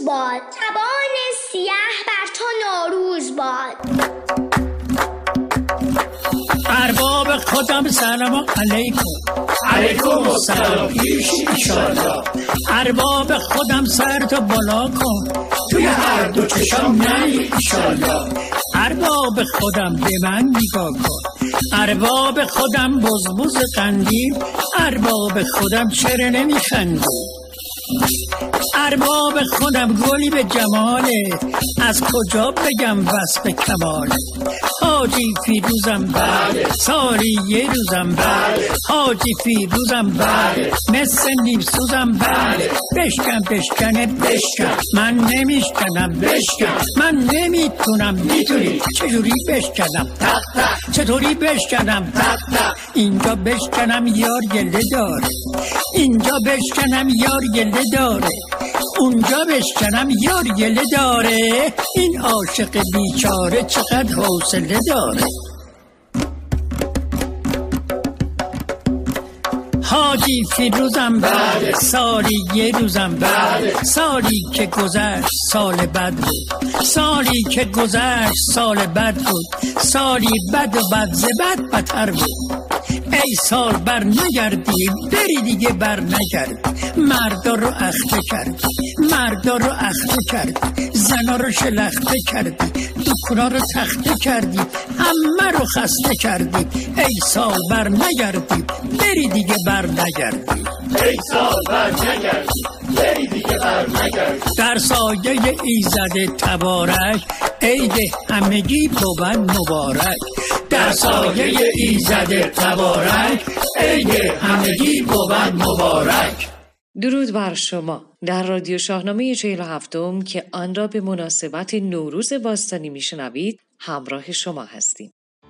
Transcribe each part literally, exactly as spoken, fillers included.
پیروز باد، شبان سیه بر تو نوروز باد. ارباب خودم سلام علیکم. علیکم السلام پیش ایشالله. ارباب خودم سرتو بالا کن، توی هر دو چشم نری ایشالله. ارباب خودم به من نگاه کن، ارباب خودم بزبز قندیل، ارباب خودم چرا نمیخندی؟ ارباب خودم گلی به جماله، از کجا بگم وصف کماله؟ حاجی فیروزم بله، سالی یه روزم بله، حاجی فیروزم بله، مثل نیمسوزم بله. بشکن بشکنه بشکن، من نمیشکنم بشکن، من نمیتونم میتونی. چجوری بشکنم؟ تق تق. چطوری بشکنم؟ تق تق. اینجا بشکنم یار گله داره، اینجا بشکنم یار گله داره، اونجا بشکنم یار گله داره. این عاشق بیچاره چقدر حوصله داره. حاجی فیروزم بله، سالی یه روزم بله، سالی که گذشت سال بد بود، سالی که گذشت سال بد بود، سالی بد و بد ز بد بدتر بود. ای سال بر نگردی بری دیگه بر نگردی، مردا رو اخته کردی، مردا رو اخته کردی، زنا رو شلخته کردی، دکونا رو تخته کردی، همه رو خسته کردی. ای سال بر نگردی بری دیگه بر نگردی، ای سال بر نگردی بری دیگه بر نگردی. در سایه ایزد تبارک عید همگی بود مبارک، در سایه ایزد تبارک عید همگی بود مبارک. درود بر شما. در رادیو شاهنامه چهل و هفتم که آن را به مناسبت نوروز باستانی میشنوید همراه شما هستیم.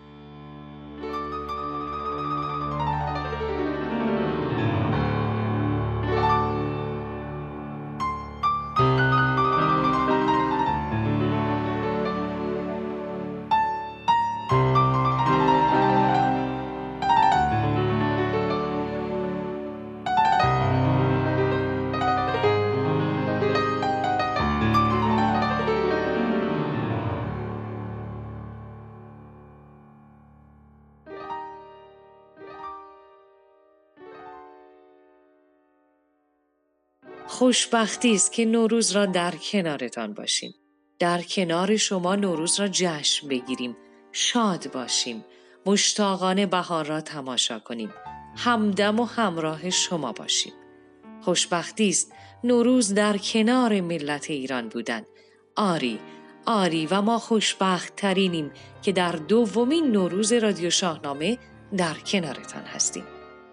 خوشبختی است که نوروز را در کنارتان باشیم. در کنار شما نوروز را جشن بگیریم، شاد باشیم، مشتاقانه بهار را تماشا کنیم، همدم و همراه شما باشیم. خوشبختی است نوروز در کنار ملت ایران بودن. آری، آری و ما خوشبخت ترینیم که در دومین نوروز رادیو شاهنامه در کنارتان هستیم.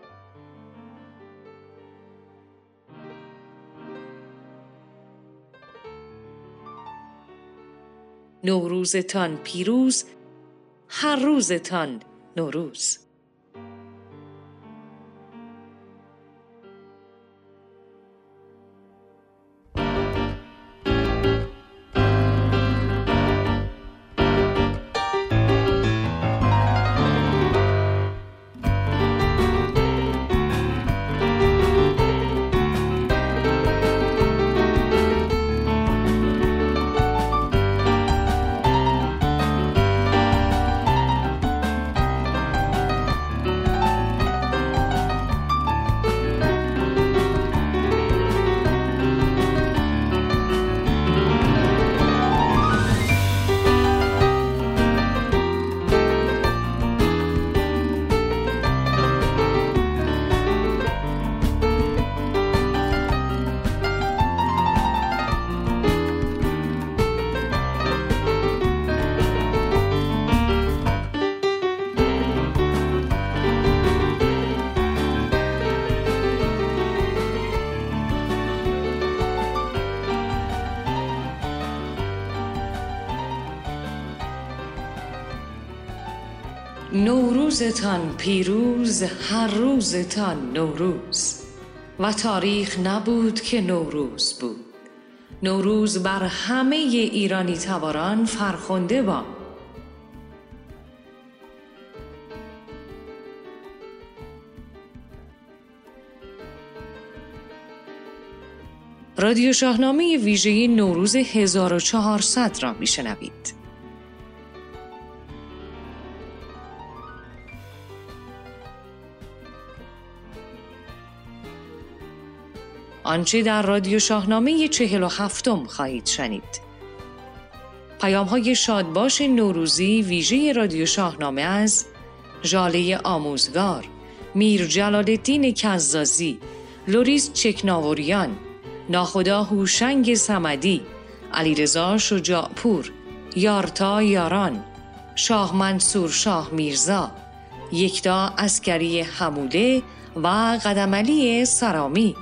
نوروزتان پیروز، هر روزتان نوروز. نوروزتان پیروز، هر روزتان نوروز. و تاریخ نبود که نوروز بود. نوروز بر همه ایرانی تباران فرخنده باد. رادیو شاهنامه ویژه نوروز هزار و چهارصد را میشنوید. آنچه در رادیو شاهنامه چهل و هفتم خواهید شنید. پیام‌های شادباش نوروزی ویژه رادیو شاهنامه از ژاله آموزگار، میر جلال‌الدین کزازی، لوریس چکناوریان، ناخدا هوشنگ صمدی، علیرضا شجاعپور، یارتا یاران، شاه منصور شاه میرزا، یکتا عسکری حموله و قدمعلی سرامی.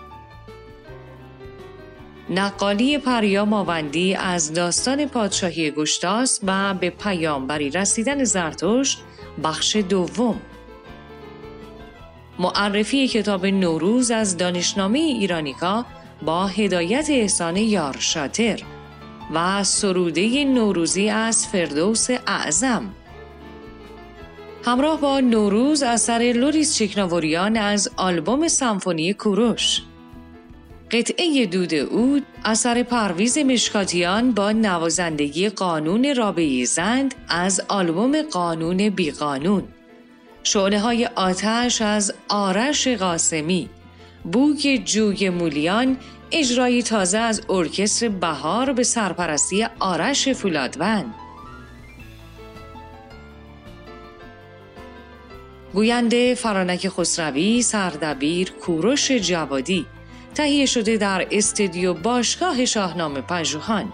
نقالی پریا ماوندی از داستان پادشاهی گشتاسپ و به پیامبری رسیدن زرتشت بخش دوم. معرفی کتاب نوروز از دانشنامه ایرانیکا با هدایت احسان یارشاتر و سروده نوروزی از فردوس اعظم. همراه با نوروز اثر لوریس چکناوریان از آلبوم سمفونی کوروش. قطعه دود عود اثر پرویز مشکاتیان با نوازندگی قانون رابعی زند از آلبوم قانون بی قانون. شعله های آتش از آرش قاسمی. بوک جوی مولیان اجرای تازه از ارکستر بهار به سرپرستی آرش فولادوند. گوینده فرانک خسروی، سردبیر کوروش جوادی. تهیه شده در استودیو باشگاه شاهنامه پژوهان.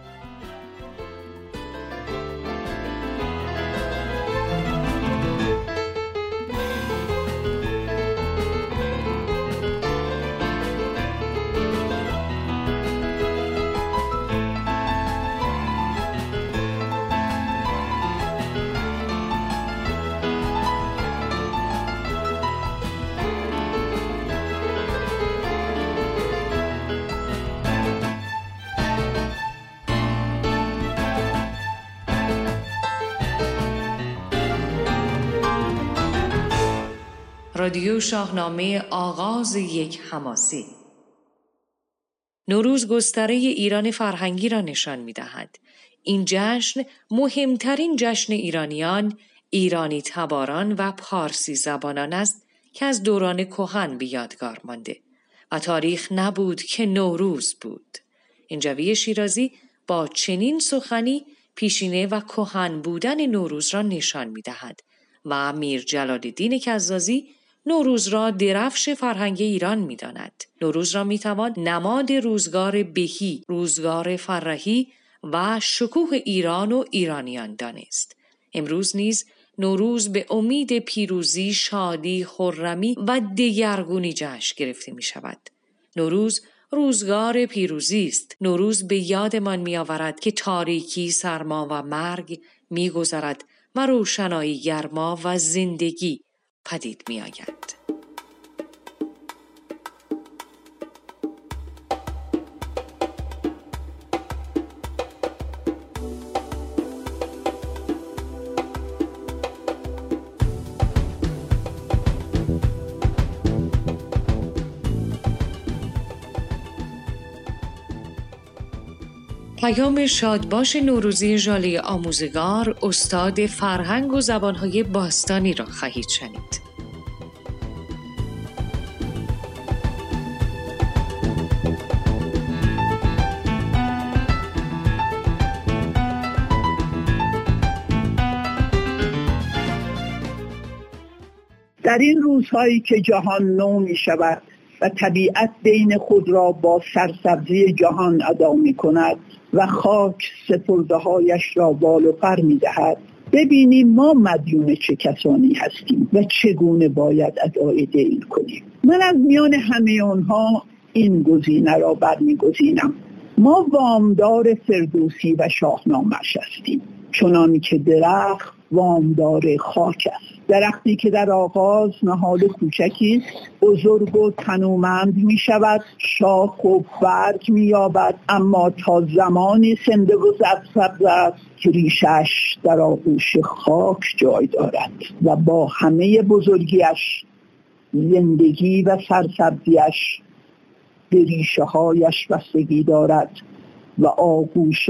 رادیو شاهنامه آغاز یک حماسی. نوروز گستره ایران فرهنگی را نشان می‌دهد. این جشن مهمترین جشن ایرانیان، ایرانی تباران و پارسی زبانان است که از دوران کهن به یادگار مانده و تاریخ نبود که نوروز بود. اینجوی شیرازی با چنین سخنی پیشینه و کهن بودن نوروز را نشان می‌دهد و میر جلال‌الدین کزازی نوروز را درفش فرهنگ ایران می داند. نوروز را می توان نماد روزگار بهی، روزگار فرحی و شکوه ایران و ایرانیان دانست. امروز نیز نوروز به امید پیروزی، شادی، خرمی و دگرگونی جشن گرفته می شود. نوروز روزگار پیروزی است. نوروز به یادمان می آورد که تاریکی، سرما و مرگ می گذرد و روشنایی، گرما و زندگی پدید می آید. پیام شادباش نوروزی ژاله آموزگار استاد فرهنگ و زبانهای باستانی را خواهید شنید. در این روزهایی که جهان نو می شود و طبیعت بین خود را با سرسبزی جهان ادا می کند و خاک سپرده هایش را بال و پر می دهد، ببینیم ما مدیون چه کسانی هستیم و چگونه باید ادای دین کنیم. من از میان همه آنها این گزینه را برمی گزینم. ما وامدار فردوسی و شاهنامه‌اش هستیم، چنان که درخت وامدار خاک است. درختی که در آغاز نهال کوچکی بزرگ و تنومند می شود، شاخ و برگ می یابد، اما تا زمانی زنده و سرسبز است که ریشش در آغوش خاک جای دارد و با همه بزرگیش، زندگی و سرسبزیش به ریشه هایش بستگی دارد و آغوش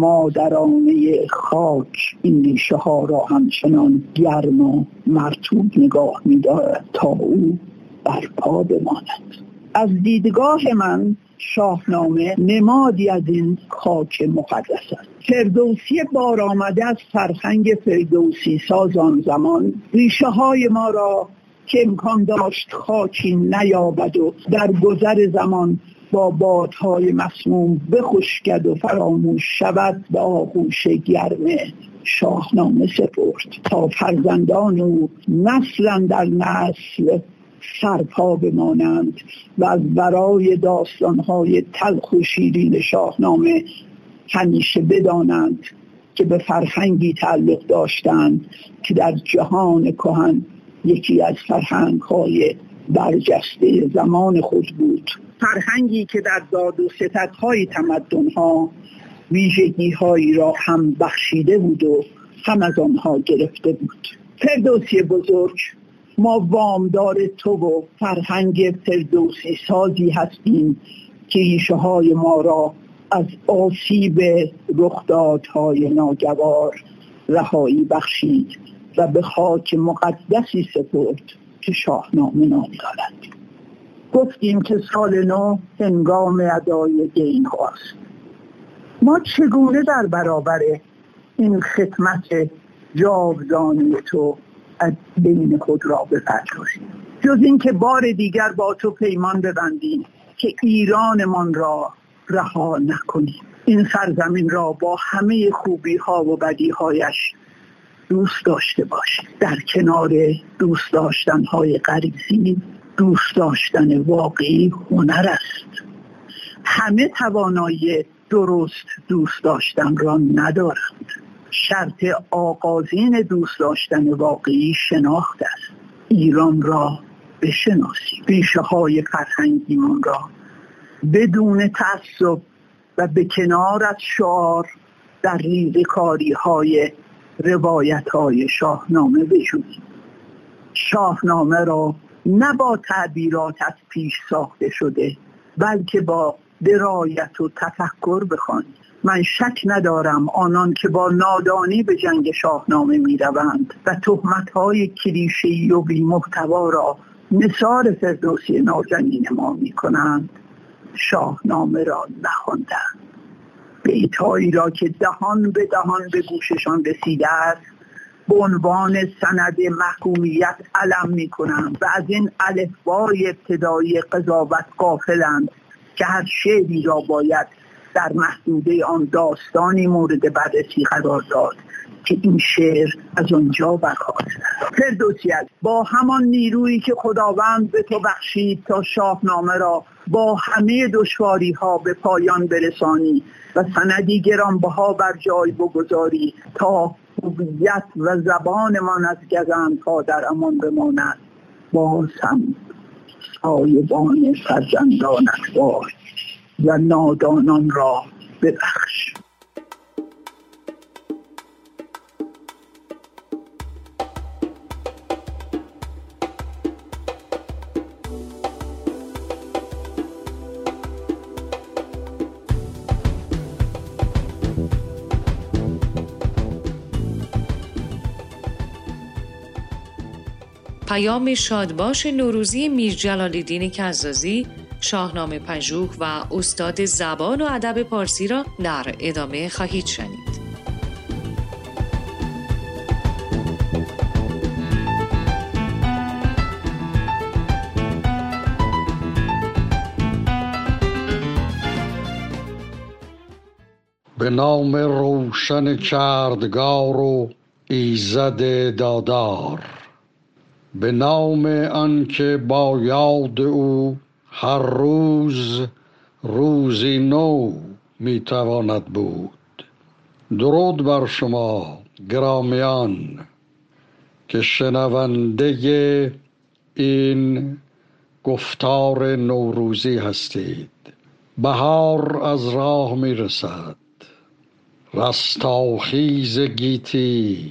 مادرانه خاک این ریشه ها را همچنان گرم و مرطوب نگاه می دارد تا او برپا بماند. از دیدگاه من شاهنامه نمادی از این خاک مقدس است. فردوسی بار آمده از فرهنگ فردوسی ساز آن زمان ریشه های ما را که امکان داشت خاکی نیابد و در گذر زمان با بادهای مسموم بخشکد و فراموش شود به آغوش گرم شاهنامه سپرد تا فرزندان او نسل در نسل سرپا بمانند و از برای داستانهای تلخ و شیرین شاهنامه همیشه بدانند که به فرهنگی تعلق داشتند که در جهان کهن یکی از فرهنگ‌های برجسته زمان خود بود، فرهنگی که در داد و ستدهای تمدن‌ها ویژگی‌هایی را هم بخشیده بود و هم از آنها گرفته بود. فردوسی بزرگ، ما وامدار تو و فرهنگ فردوسی سازی هستیم که ریشه های ما را از آسیب رخدادهای ناگوار رهایی بخشید و به خاک مقدسی سپرد که شاهنامه نام دارد. گفتیم که سال نو هنگام ادای دین هاست. ما چگونه در برابر این خدمت جاودانی تو از دین خود را بپردازیم، جز این که بار دیگر با تو پیمان ببندیم که ایرانمان را رها نکنیم، این سرزمین را با همه خوبی ها و بدی هایش دوست داشته باشیم. در کنار دوست داشتن های غریزی، دوست داشتن واقعی هنر است. همه توانایی درست دوست داشتن را ندارند. شرط آغازین دوست داشتن واقعی شناخت است. ایران را بشناسیم، ریشه های فرهنگیمان را بدون تعصب و به کنار از شعار در ریزه‌کاری های روایت های شاهنامه بجوییم. شاهنامه را نه با تعبیرات از پیش ساخته شده بلکه با درایت و تفکر بخوانیم. من شک ندارم آنان که با نادانی به جنگ شاهنامه می روند و تهمت‌های کلیشه‌ای و بی محتوا را نثار فردوسی نازنین ما می کنند شاهنامه را نخواندند. بیتایی را که دهان به دهان به گوششان رسیده است به عنوان سند محکومیت علم می کنند و از این الفبای ابتدایی قضاوت غافلند که هر شعری را باید در محدوده آن داستانی مورد بررسی قرار داد که این شعر از آنجا برخاسته. فردوسی با همان نیرویی که خداوند به تو بخشید تا شاهنامه را با همه دشواری ها به پایان برسانی و سندی گرانبها بر جای بگذاری تا هویت و زبانمان از گزندها در امان بماند، باز هم سایبان فرزندانت باش و نادانان را ببخش. پیام شادباش نوروزی میر جلال‌الدین کزازی، شاهنامه پژوه و استاد زبان و ادب پارسی را در ادامه خواهید شنید. به نام روشن کردگار و ایزد دادار، به نام آنکه با یاد او هر روز روزی نو میتواند بود. درود بر شما گرامیان که شنونده این گفتار نوروزی هستید. بهار از راه میرسد، رستاخیز گیتی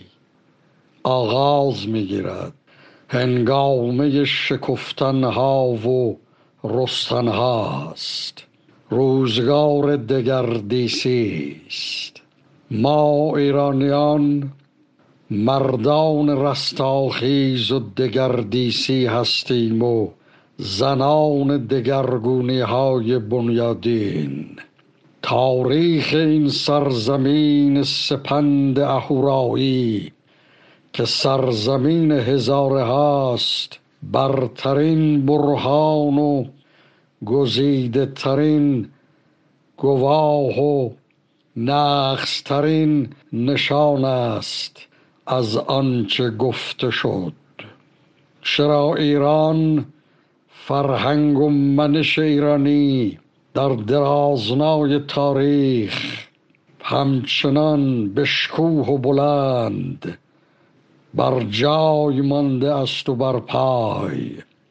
آغاز میگیرد. هنگامه شکفتن ها و رستن هاست. روزگار دگردیسی است. ما ایرانیان مردان رستاخیز و دگردیسی هستیم و زنان دگرگونی های بنیادین. تاریخ این سرزمین سپند اهورایی که سرزمین هزاره هاست، برترین برهان و گزیده ترین گواه و نقصترین نشان است از آنچه گفته شد. چرا ایران، فرهنگ و منش ایرانی در درازنای تاریخ همچنان به شکوه و بلند بر جای مانده است و بر پای.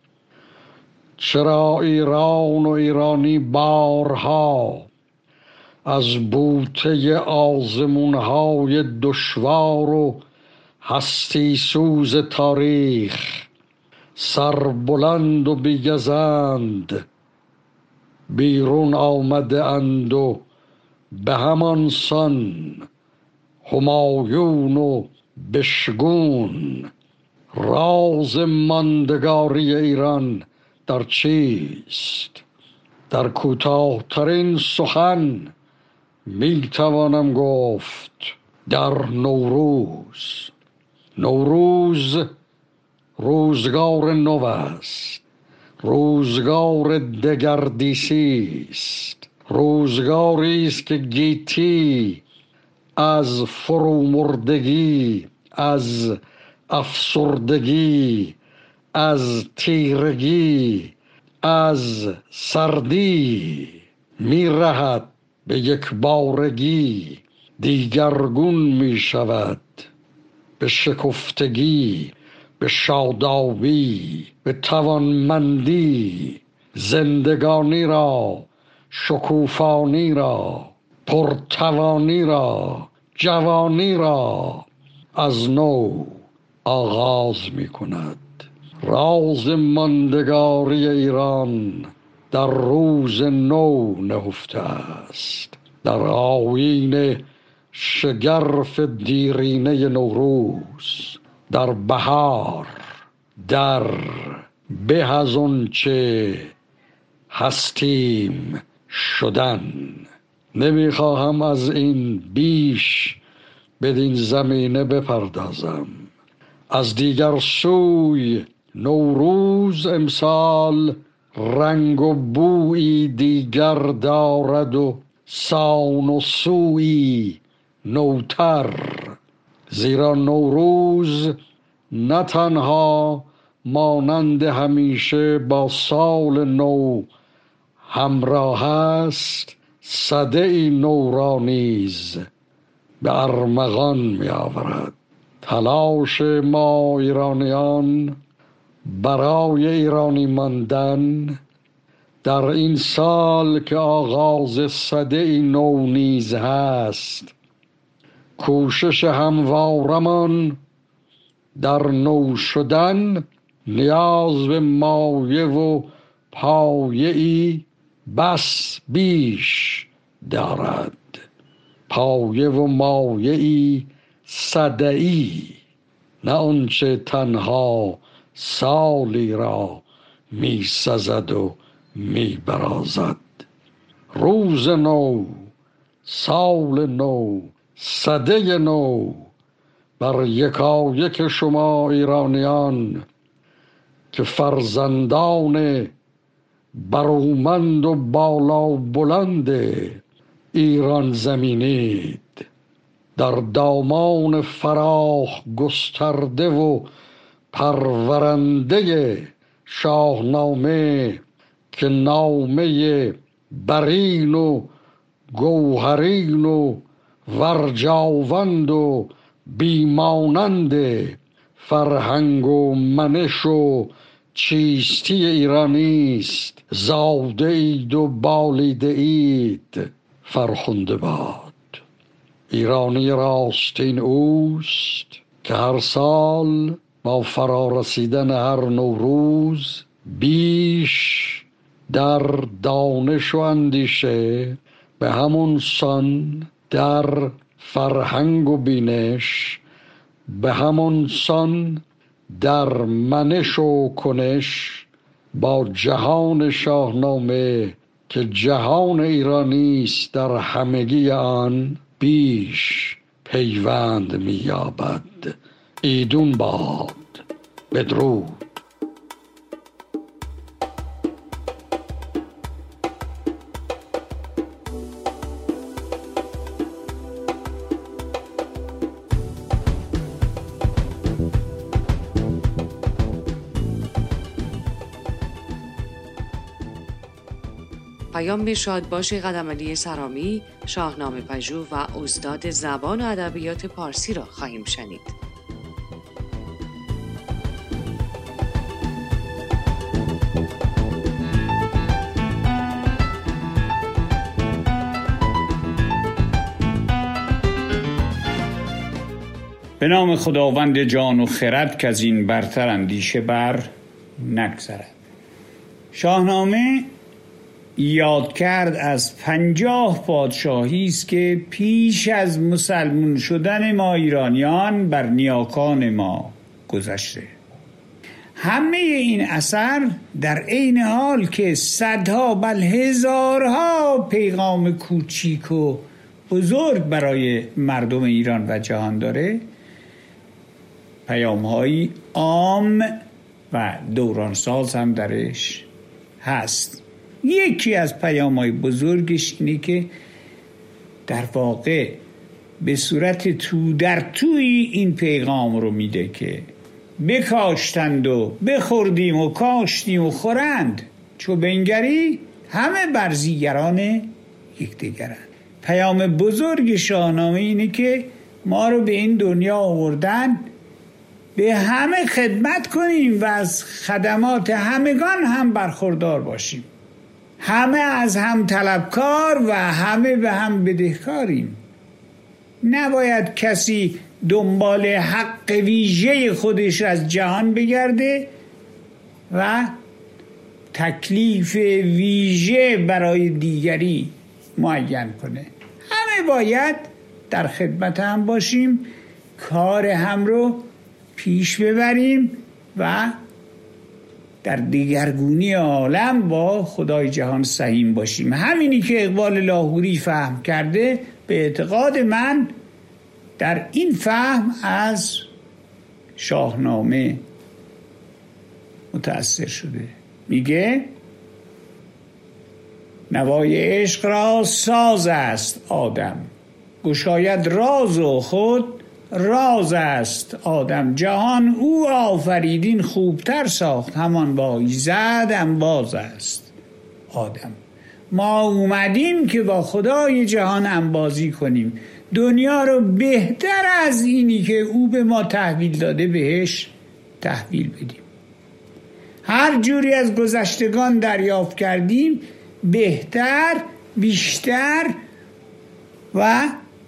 چرا ایران و ایرانی بارها از بوته آزمونهای دشوار و هستی سوز تاریخ سربلند و بیگزند بیرون آمده اند و به همان سان همایون و بشگون. راز ماندگاری ایران در چیست؟ در کوتاه‌ترین سخن می توانم گفت در نوروز. نوروز روزگار نو است، روزگار دگردیسی است، روزگاری است که گیتی از فرومردگی، از افسردگی، از تیرگی، از سردی می رهد، به یک بارگی دیگرگون می شود، به شکفتگی، به شادابی، به توانمندی، زندگانی را، شکوفانی را، پرتوانی را، جوانی را از نو آغاز می کند. راز ماندگاری ایران در روز نو نهفته است، در آیین شگرف دیرینه نوروز، در بهار، در به از آنچه هستیم شدن. نمیخواهم از این بیش بدین زمینه بپردازم. از دیگر سوی نوروز امسال رنگ و بویی دیگر دارد و سان و سویی نوتر، زیرا نوروز نه تنها مانند همیشه با سال نو همراه است، سده ای نو را نیز به ارمغان می آورد. تلاش ما ایرانیان برای ایرانی ماندن در این سال که آغاز سده ای نو نیز هست، کوشش هموارمان در نو شدن نیاز به مایه و پایه‌ای بس بیش دارد، پایه و مایه‌ای صدئی، نه آنچه تنها سالی را می سزد و می برازد. روز نو، سال نو، سده نو بر یکایک شما ایرانیان که فرزندان برومند و بالا بلند ایران زمینید، در دامان فراخ گسترده و پرورنده شاهنامه که نامه برین و گوهرین و ورجاوند و بیمانند فرهنگ و منش و چیستی ایرانی است، زاده اید و بالیده اید. فرخنده باد. ایرانی راستین اوست که هر سال با فرارسیدن هر نوروز بیش در دانش و اندیشه، به همون سان در فرهنگ و بینش، به همون سان در منش و کنش، با جهان شاهنامه که جهان ایرانی است در همگی آن بیش پیوند می‌یابد. ایدون باد. بدرود. پیام شادباش قدمعلی سرامی، شاهنامه پژوه و استاد زبان و ادبیات پارسی را خواهیم شنید. به نام خداوند جان و خرد که از این برتر اندیشه بر نگذرد. شاهنامه یاد کرد از پنجاه پادشاهی است که پیش از مسلمون شدن ما ایرانیان بر نیاکان ما گذشته. همه این اثر در عین حال که صدها بل هزارها پیغام کوچیک و بزرگ برای مردم ایران و جهان داره، پیام‌های عام و دورانساز هم درش هست. یکی از پیام‌های بزرگش اینه که در واقع به صورت تو در توی این پیغام رو میده که بکاشتند و بخوردیم و کاشتیم و خورند، چو بنگری همه برزیگران یکدیگرند. پیام بزرگ شاهنامه اینه که ما رو به این دنیا آوردن به همه خدمت کنیم و از خدمات همگان هم برخوردار باشیم. همه از هم طلبکار و همه به هم بدهکاریم. نباید کسی دنبال حق ویژه خودش از جهان بگرده و تکلیف ویژه برای دیگری معین کنه. همه باید در خدمت هم باشیم، کار هم رو پیش ببریم و در دیگرگونی عالم با خدای جهان سهیم باشیم. همینی که اقبال لاهوری فهم کرده، به اعتقاد من در این فهم از شاهنامه متأثر شده. میگه نوای عشق را ساز است آدم، گشاید راز و خود راز است آدم. جهان او آفریدین خوبتر ساخت، همان با ایزد انباز است آدم. ما اومدیم که با خدای جهان انبازی کنیم، دنیا رو بهتر از اینی که او به ما تحویل داده بهش تحویل بدیم. هر جوری از گذشتگان دریافت کردیم بهتر، بیشتر و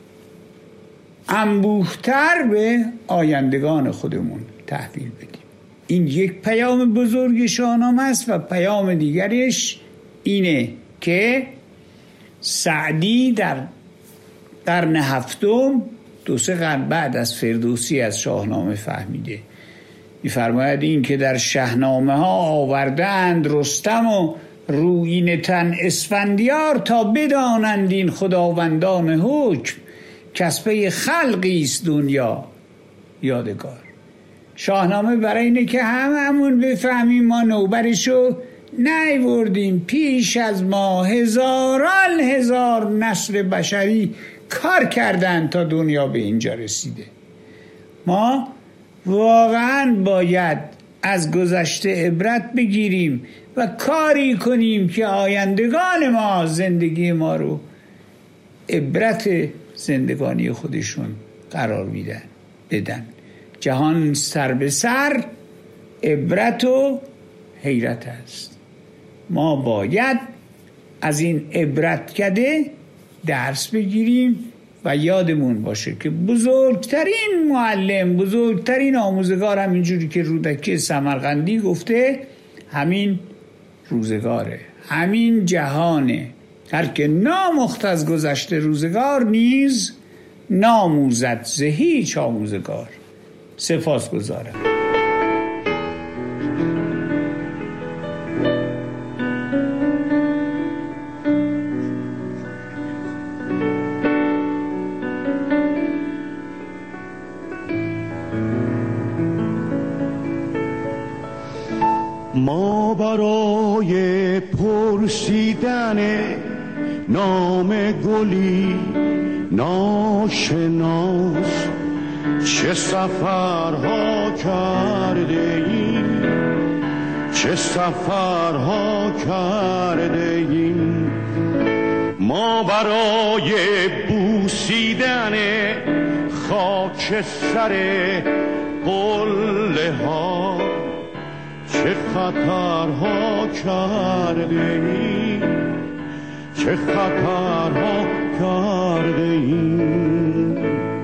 انبوهتر به آیندگان خودمون تحویل بدیم. این یک پیام بزرگ شاهنامه است. و پیام دیگرش اینه که سعدی در قرن هفتم، دو سه قرن بعد از فردوسی، از شاهنامه فهمیده. می‌فرماید این که در شاهنامه ها آوردند رستم و رویین تن اسفندیار، تا بدانند این خداوندان حکم، کسبه خلقی است دنیا یادگار. شاهنامه برای اینه که هممون بفهمیم ما نوبرشو نیوردیم. پیش از ما هزاران هزار نسل بشری کار کردن تا دنیا به اینجا رسیده. ما واقعا باید از گذشته عبرت بگیریم و کاری کنیم که آیندگان ما زندگی ما رو عبرت زندگانی خودشون قرار میدن بدن. جهان سر به سر عبرت و حیرت است. ما باید از این عبرت کده درس بگیریم و یادمون باشه که بزرگترین معلم، بزرگترین آموزگار، هم اینجوری که رودکی سمرقندی گفته، همین روزگاره، همین جهانه. هر که نامخت از گذشته روزگار نیز ناموزد ز هیچ آموزگار. سپاس گزارم. ما برای پرسیدن نام گلی ناشناس چه سفرها کرده ایم، چه سفرها کرده ایم. ما برای بوسیدن خاک سر قله ها چه خطرها کرده ایم، چه خطرها کرده ایم.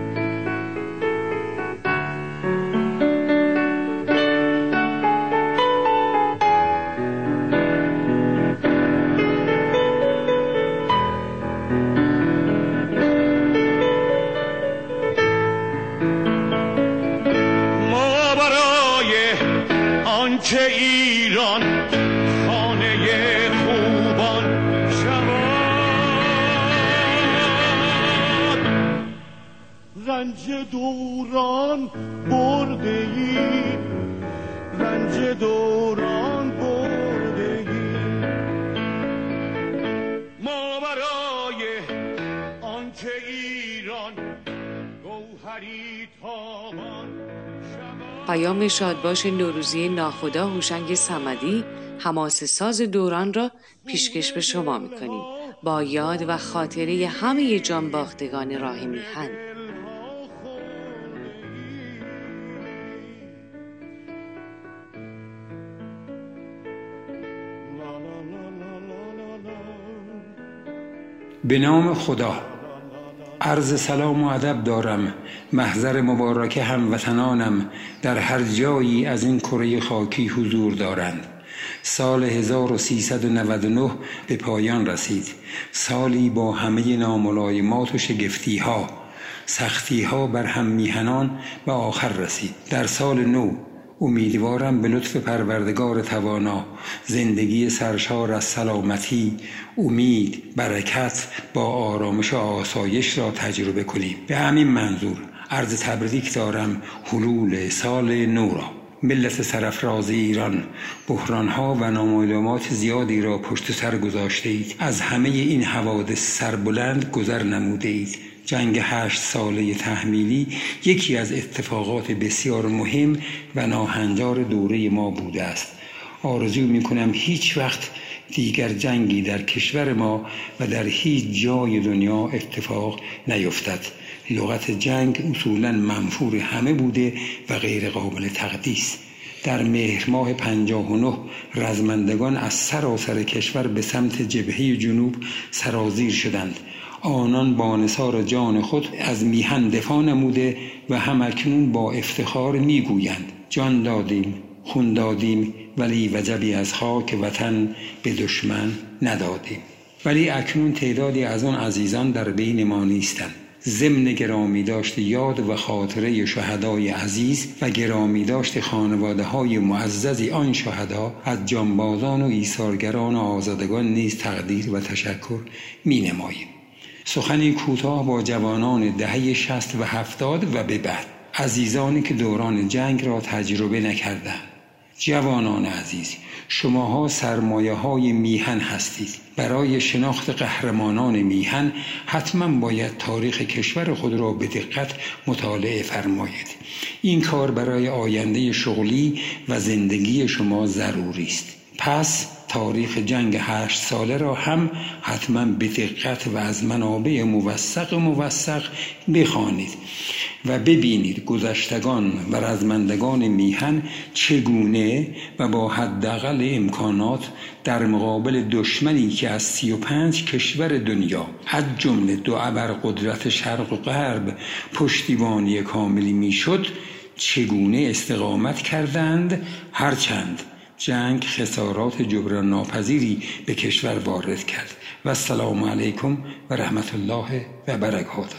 ما برای آنکه ایران خانه خوبان شود، رنج دوران برده ایم، رنج دوران برده ایم. ما برای آنکه ایران گوهری تابان. پیام شادباش نوروزی ناخدا هوشنگ صمدی حماسه ساز دوران را پیشکش به شما می‌کنیم با یاد و خاطره همه جانباختگان راه میهن. به نام خدا. عرض سلام و ادب دارم محضر مبارک هموطنانم در هر جایی از این کره خاکی حضور دارند. سال هزار و سیصد و نود و نه به پایان رسید. سالی با همه ناملایمات و شگفتی ها، سختی ها بر هم میهنان به آخر رسید. در سال نو امیدوارم به لطف پروردگار توانا زندگی سرشار از سلامتی، امید، برکت با آرامش و آسایش را تجربه کنیم. به همین منظور عرض تبریک دارم حلول سال نو را. ملت سرافراز ایران بحرانها و نامعلومات زیادی را پشت سر گذاشته اید. از همه این حوادث سربلند گذر نموده اید. جنگ هشت ساله تحمیلی یکی از اتفاقات بسیار مهم و ناهنجار دوره ما بوده است. آرزو می‌کنم هیچ وقت دیگر جنگی در کشور ما و در هیچ جای دنیا اتفاق نیفتد. لغت جنگ اصولاً منفور همه بوده و غیر قابل تقدیس. در مهر ماه پنجاه و نه رزمندگان از سراسر کشور به سمت جبهه جنوب سرازیر شدند. آنان با نثار جان خود از میهن دفاع نموده و هم اکنون با افتخار میگویند جان دادیم، خون دادیم، ولی وجبی از خاک وطن به دشمن ندادیم. ولی اکنون تعدادی از آن عزیزان در بین ما نیستند. ضمن گرامی داشت یاد و خاطره شهدای عزیز و گرامی داشت خانواده های معززی آن شهدا از جانبازان و ایثارگران و آزادگان نیز تقدیر و تشکر می نماییم. سخنی کوتاه با جوانان دهه شصت و هفتاد و به بعد، عزیزانی که دوران جنگ را تجربه نکردند. جوانان عزیز، شماها سرمایه های میهن هستید. برای شناخت قهرمانان میهن حتما باید تاریخ کشور خود را به دقت مطالعه فرمایید. این کار برای آینده شغلی و زندگی شما ضروری است. پس تاریخ جنگ هشت ساله را هم حتما به دقت و از منابع موثق موثق بخوانید و ببینید گذشتگان و رزمندگان میهن چگونه و با حداقل امکانات در مقابل دشمنی که از سی و پنج کشور دنیا از جمله دو ابرقدرت شرق و غرب پشتیبانی کاملی میشد چگونه استقامت کردند، هرچند جنگ خسارات جبران ناپذیری به کشور وارد کرد. و السلام علیکم و رحمت الله و برکاته.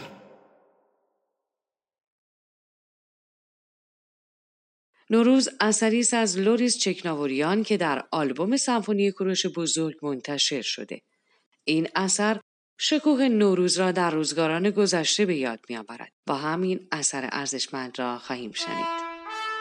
نوروز اثری است از لوریس چکناوریان که در آلبوم سمفونی کوروش بزرگ منتشر شده. این اثر شکوه نوروز را در روزگاران گذشته به یاد می‌آورد و همین اثر ارزشمند را خواهیم شنید.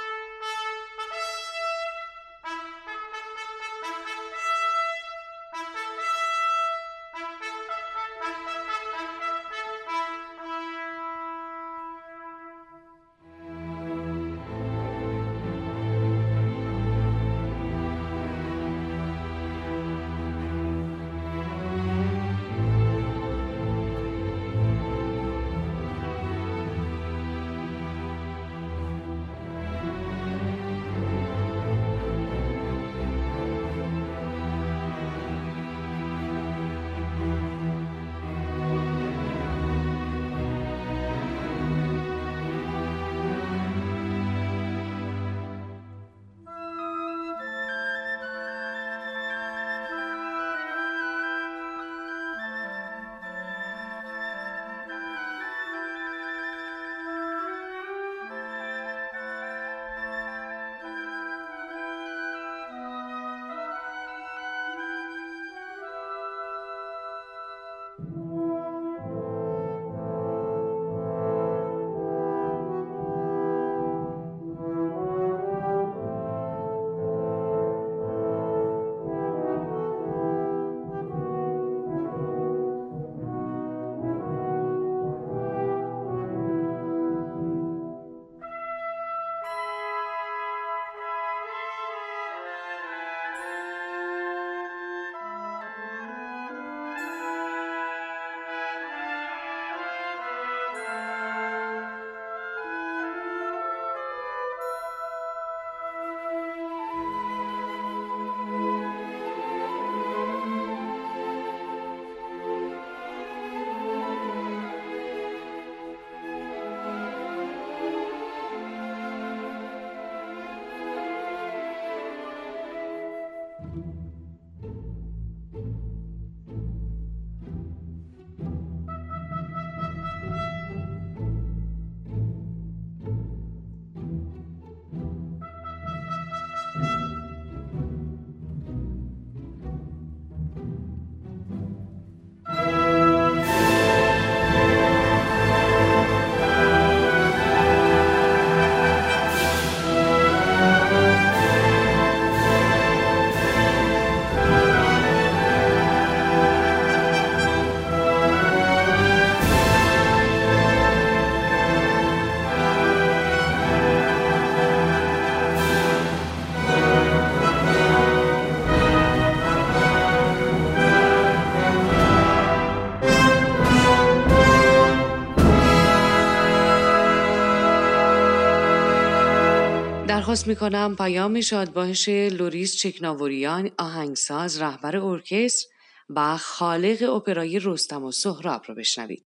درخواست میکنم پیام شادباش لوریس چکناوریان، آهنگساز، رهبر ارکستر و خالق اپرای رستم و سهراب رو بشنوید.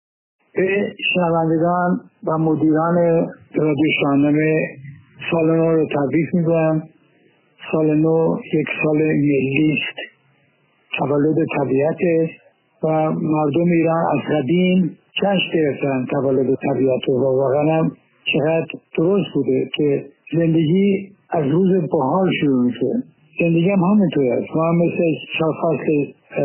به شنوندگان و مدیران رادیو شاهنامه سال نو رو تبریک میگم. سال نو یک سال ملی است، تولد طبیعت و مردم ایران از قدیم جشن گرفتن تولد طبیعت و واقعا هم چقدر درست بوده که زندگی از روز بهار شروع میشه. زندگی هم همینطور است. ما هم مثل چهار فصل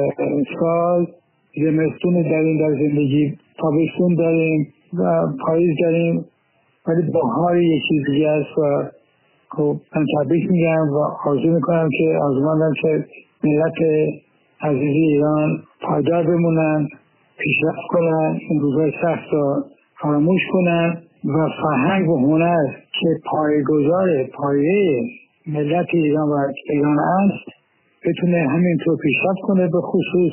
سال زمستون داریم در زندگی، تابستون داریم و پاییز داریم، ولی بهار یک چیز دیگه است. و خب من تبریک میگم و آرزو میکنم که آرزومندم که ملت عزیز ایران پایدار بمونن، پیشرفت کنن، این روزهای سخت رو فراموش کنن و فرهنگ و هنر که پایه‌گذار پایه ملت ایران و ایران است بتونه همینطور پیشرفت کنه. به خصوص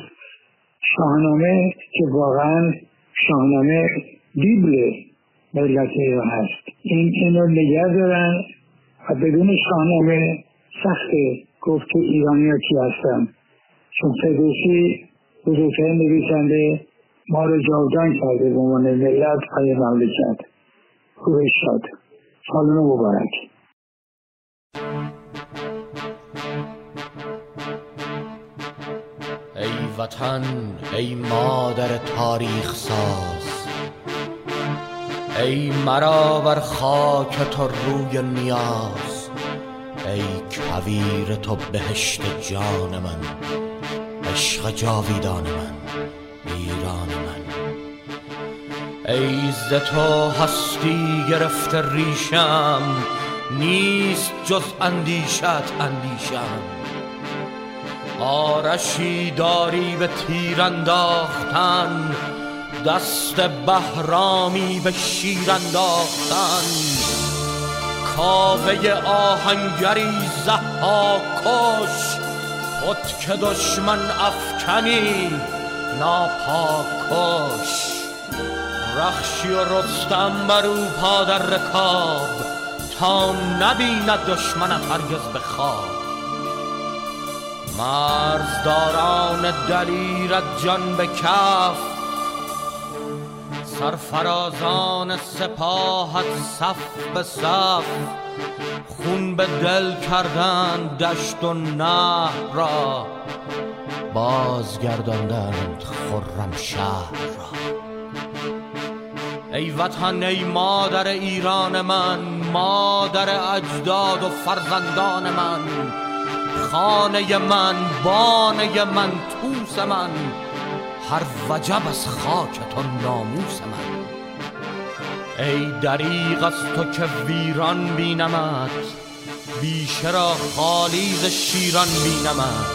شاهنامه که واقعا شاهنامه بیبل ملت ایران هست، این اینو نگه دارن و بدون شاهنامه سخته گفت که ایرانی ها کی هستن، چون فردوسی بزرگترین نویسنده ما رو جاودان کرده به عنوان ملت و مملکت. روح شاد، سال نو مبارک. وطن ای مادر تاریخ ساز، ای مرا بر خاک تو روی نیاز، ای کویر تو بهشت جان من، عشق جاویدان من، ایران من. ای ز تو هستی گرفته ریشم، نیست جز اندیشت اندیشم. آرشی داری به تیر انداختن، دست بهرامی به شیر انداختن. کاوه آهنگری ضحاک کش، خود که دشمن افکنی ناپاک کش. رخشی و رستم بر او پا در رکاب، تا نبیند دشمنت هرگز به خواب. مرزداران دلیرت جان به کف، سرفرازان سپاهت صف به صف. خون به دل کردند دشت و نهر را، بازگرداندند خرم شهر را. ای وطن ای مادر ایران من، مادر اجداد و فرزندان من. خانه من، بانه من، توس من، هر وجب از خاک تو ناموس من. ای دریغ از تو که ویران بینمت، بیشه را خالی ز شیران بینمت.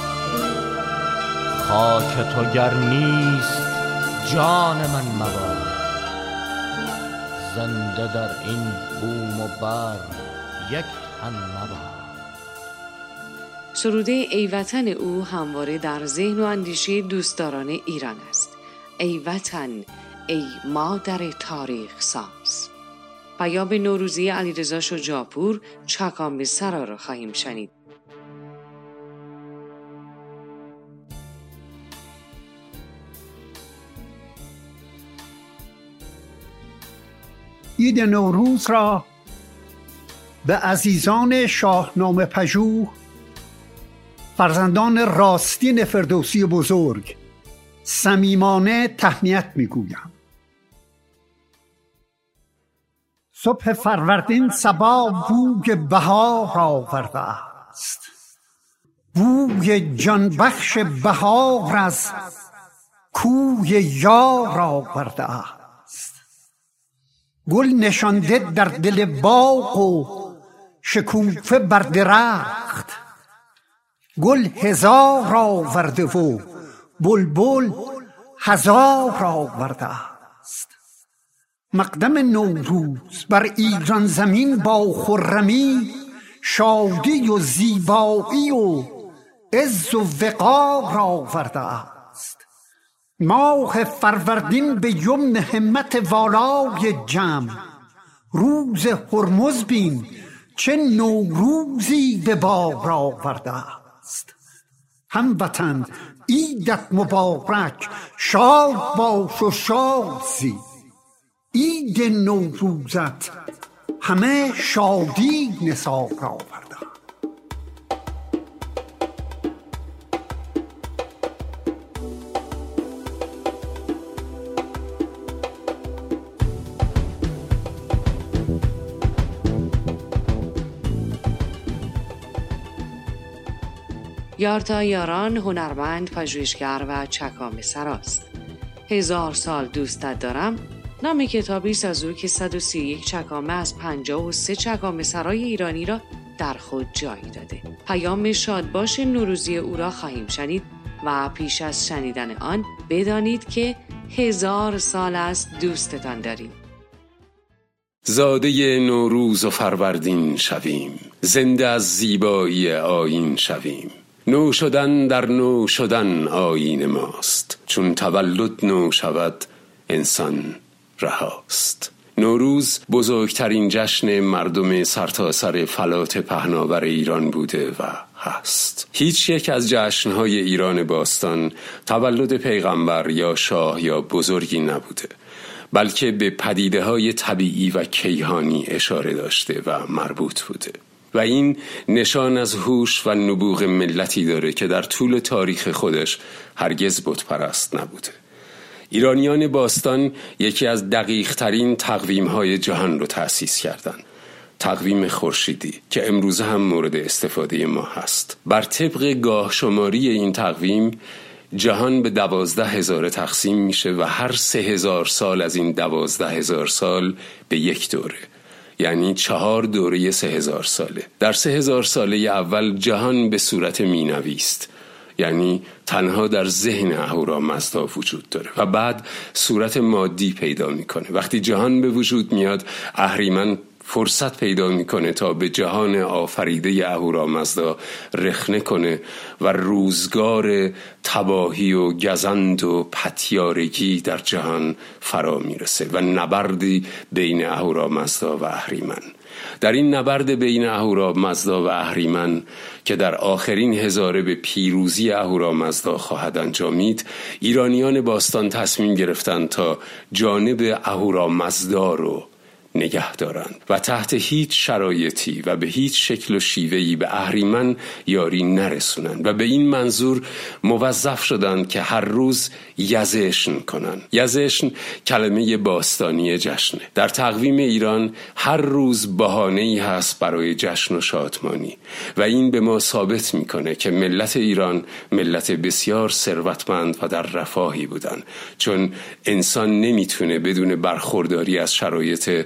خاک تو گر نیست جان من مباد، زنده در این بوم و بر یک تن مباد. سروده ای وطن او همواره در ذهن و اندیشه دوستداران ایران است. ای وطن ای مادر تاریخ ساز. پیام نوروزی علیرضا شجاعپور، چاکام سرا را خواهیم شنید. عید نوروز را به عزیزان شاهنامه پژوه، فرزندان راستین فردوسی بزرگ، صمیمانه تهنیت میگویم. صبح فروردین صبا بوی بهار آورده است، بوی جانبخش بهار از کوی یار آورده است. گل نشانده در دل باغ و شکوفه بر درخت، گل هزار آورده و بلبل هزار آورده است. مقدم نوروز بر ایران زمین با خرمی، شادی و زیبایی و عز و وقار آورده است. ماه فروردین به یمن همت والای جمع، روز هرمز بین چه نوروزی به بار آورده است. هموطن عیدت مبارک، شاد باش و شاد زی. عید نوروزت همه شادی نثار آورده. یارتا یاران هنرمند، پژوهشگر و چکامه سراست. هزار سال دوستت دارم نام کتابی است از او که صد و سی و یک چکامه از پنجاه و سه چکامه سرای ایرانی را در خود جای داده. پیام شادباش نوروزی او را خواهیم شنید و پیش از شنیدن آن بدانید که هزار سال است دوستتان داریم. زاده نوروز و فروردین شویم، زنده از زیبایی آیین شویم. نو شدن در نو شدن آیین ماست، چون تولد نو شود انسان رهاست. نوروز بزرگترین جشن مردم سرتاسر فلات پهناور ایران بوده و هست. هیچ یک از جشنهای ایران باستان تولد پیغمبر یا شاه یا بزرگی نبوده، بلکه به پدیده‌های طبیعی و کیهانی اشاره داشته و مربوط بوده. و این نشان از هوش و نبوغ ملتی داره که در طول تاریخ خودش هرگز بت پرست نبوده. ایرانیان باستان یکی از دقیق ترین تقویم های جهان رو تأسیس کردند. تقویم خورشیدی که امروز هم مورد استفاده ما هست. بر طبق گاه شماری این تقویم جهان به دوازده هزار تقسیم میشه و هر سه هزار سال از این دوازده هزار سال به یک دوره، یعنی چهار دوره سه هزار ساله. در سه هزار ساله اول جهان به صورت مینوی است، یعنی تنها در ذهن اهورامزدا وجود داره و بعد صورت مادی پیدا میکنه. وقتی جهان به وجود میاد اهریمن فرصت پیدا میکنه تا به جهان آفریده اهورامزدا رخنه کنه و روزگار تباهی و گزند و پتیارگی در جهان فرا میرسه و نبردی بین اهورامزدا و اهریمن. در این نبرد بین اهورامزدا و اهریمن که در آخرین هزاره به پیروزی اهورامزدا خواهد انجامید، ایرانیان باستان تصمیم گرفتند تا جانب اهورامزدا رو نگه دارند و تحت هیچ شرایطی و به هیچ شکل و شیوهی به اهریمن یاری نرسونند و به این منظور موظف شدند که هر روز یزشن کنند. یزشن کلمه باستانی جشنه. در تقویم ایران هر روز بهانه‌ای هست برای جشن و شادمانی و این به ما ثابت میکنه که ملت ایران ملت بسیار ثروتمند و در رفاهی بودن، چون انسان نمیتونه بدون برخورداری از شرایط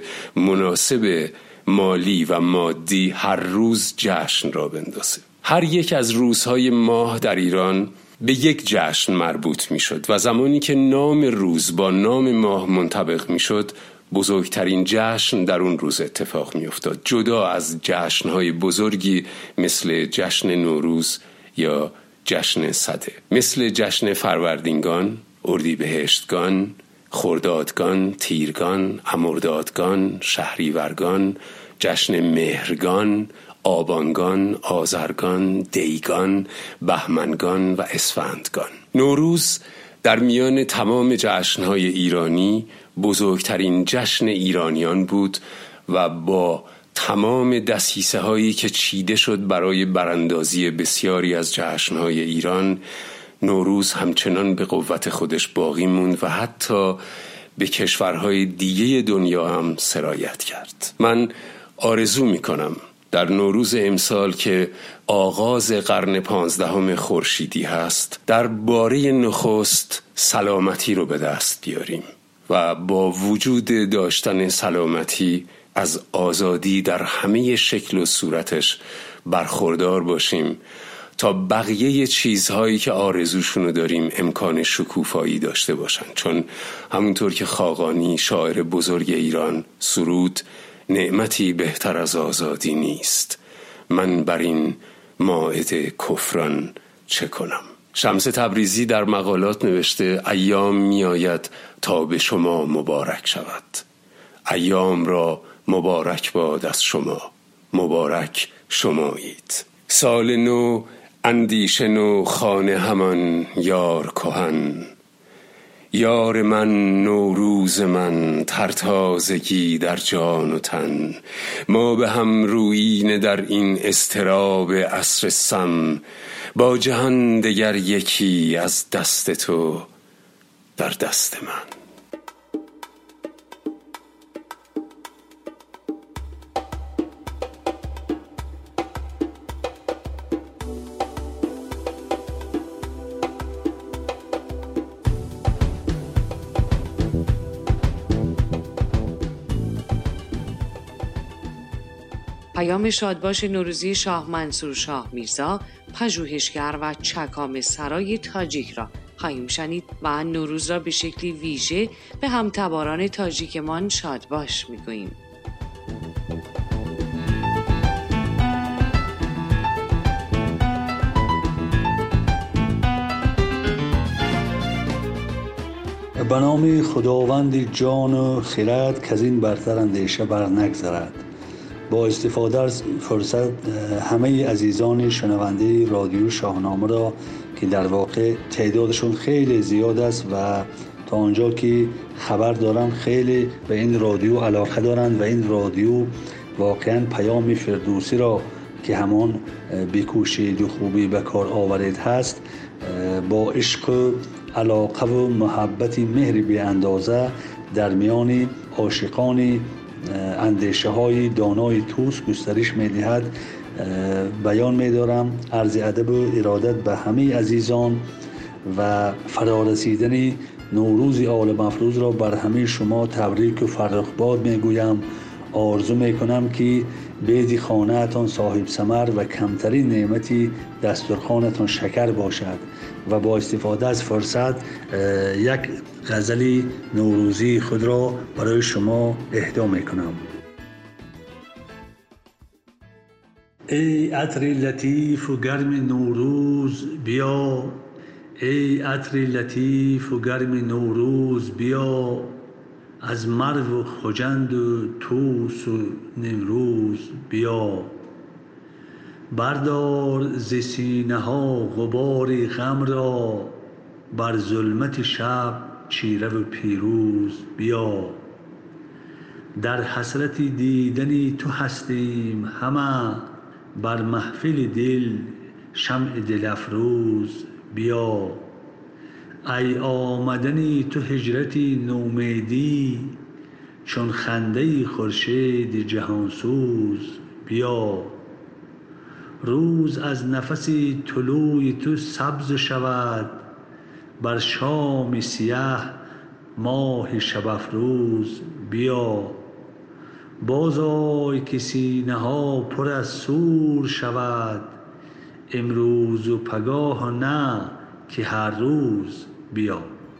مناسب مالی و مادی هر روز جشن را بندازه. هر یک از روزهای ماه در ایران به یک جشن مربوط می شد و زمانی که نام روز با نام ماه منطبق می شد بزرگترین جشن در اون روز اتفاق می افتاد، جدا از جشنهای بزرگی مثل جشن نوروز یا جشن سده، مثل جشن فروردینگان، اردیبهشتگان، خردادگان، تیرگان، امردادگان، شهریورگان، جشن مهرگان، آبانگان، آذرگان، دیگان، بهمنگان و اسفندگان. نوروز در میان تمام جشنهای ایرانی بزرگترین جشن ایرانیان بود و با تمام دسیسه هایی که چیده شد برای براندازی بسیاری از جشنهای ایران، نوروز همچنان به قوت خودش باقی موند و حتی به کشورهای دیگه دنیا هم سرایت کرد. من آرزو میکنم در نوروز امسال که آغاز قرن پانزدهم خورشیدی هست، در باره نخست سلامتی رو به دست بیاریم و با وجود داشتن سلامتی از آزادی در همه شکل و صورتش برخوردار باشیم تا بقیه چیزهایی که آرزوشونو داریم امکان شکوفایی داشته باشن، چون همونطور که خاقانی شاعر بزرگ ایران سرود نعمتی بهتر از آزادی نیست، من بر این مائده کفران چه کنم. شمس تبریزی در مقالات نوشته ایام می آید تا به شما مبارک شود، ایام را مبارک باد از شما، مبارک شمایید. سال نو اندیشه نو خانه همان یار کهن، یار من نوروز من ترتازگی در جان و تن، ما به هم رویین در این اضطراب عصر سم، با جهان دگر یکی از دست تو در دست من. پیام شادباش نوروزی شاه منصور شاه میرزا، پژوهشگر و چکام سرای تاجیک را خواهیم شنید و نوروز را به شکلی ویژه به همتباران تاجیکمان شادباش میگوییم. به نام خداوند جان و خرد که از این برتر اندیشه بر نگذرد. با استفاده از فرصت همه عزیزان شنونده رادیو شاهنامه را که در واقع تعدادشون خیلی زیاد است و تا آنجا که خبر دارم خیلی به این رادیو علاقه دارند و این رادیو واقعا پیام فردوسی را که همان بکوشید و خوبی به کار آورید هست، با عشق، علاقه و محبت مهر بی اندازه در میان عاشقان اندیشه های دانای توس گسترش می دهد. بیان می دارم عرض ادب و ارادت به همه عزیزان و فرارسیدن نوروز آل مفروض را بر همه شما تبریک و فرخباد می گویم. آرزو می کنم که بیدی خانه‌تان صاحب ثمر و کمترین نعمتی دسترخوانتان شکر باشد. و با استفاده از فرصت یک غزل نوروزی خود را برای شما اهدا می کنم. ای عطر لطیف و گرم نوروز بیا، ای عطر لطیف و گرم نوروز بیا، از مرو و خجند و توس و نمروز بیا. بردار ز سینه ها غبار غم را، بر ظلمت شب چیره و پیروز بیا. در حسرت دیدن تو هستیم همه، بر محفل دل شمع دل افروز بیا. ای آمدن تو هجرتی نومیدی، چون خنده خورشید جهانسوز بیا. روز از نفس طلوع تو سبز شود، بر شام سیاه ماه شب افروز بیا. باز آی که سینه ها پر از سور شود، امروز و پگاه نه که هر روز بیا.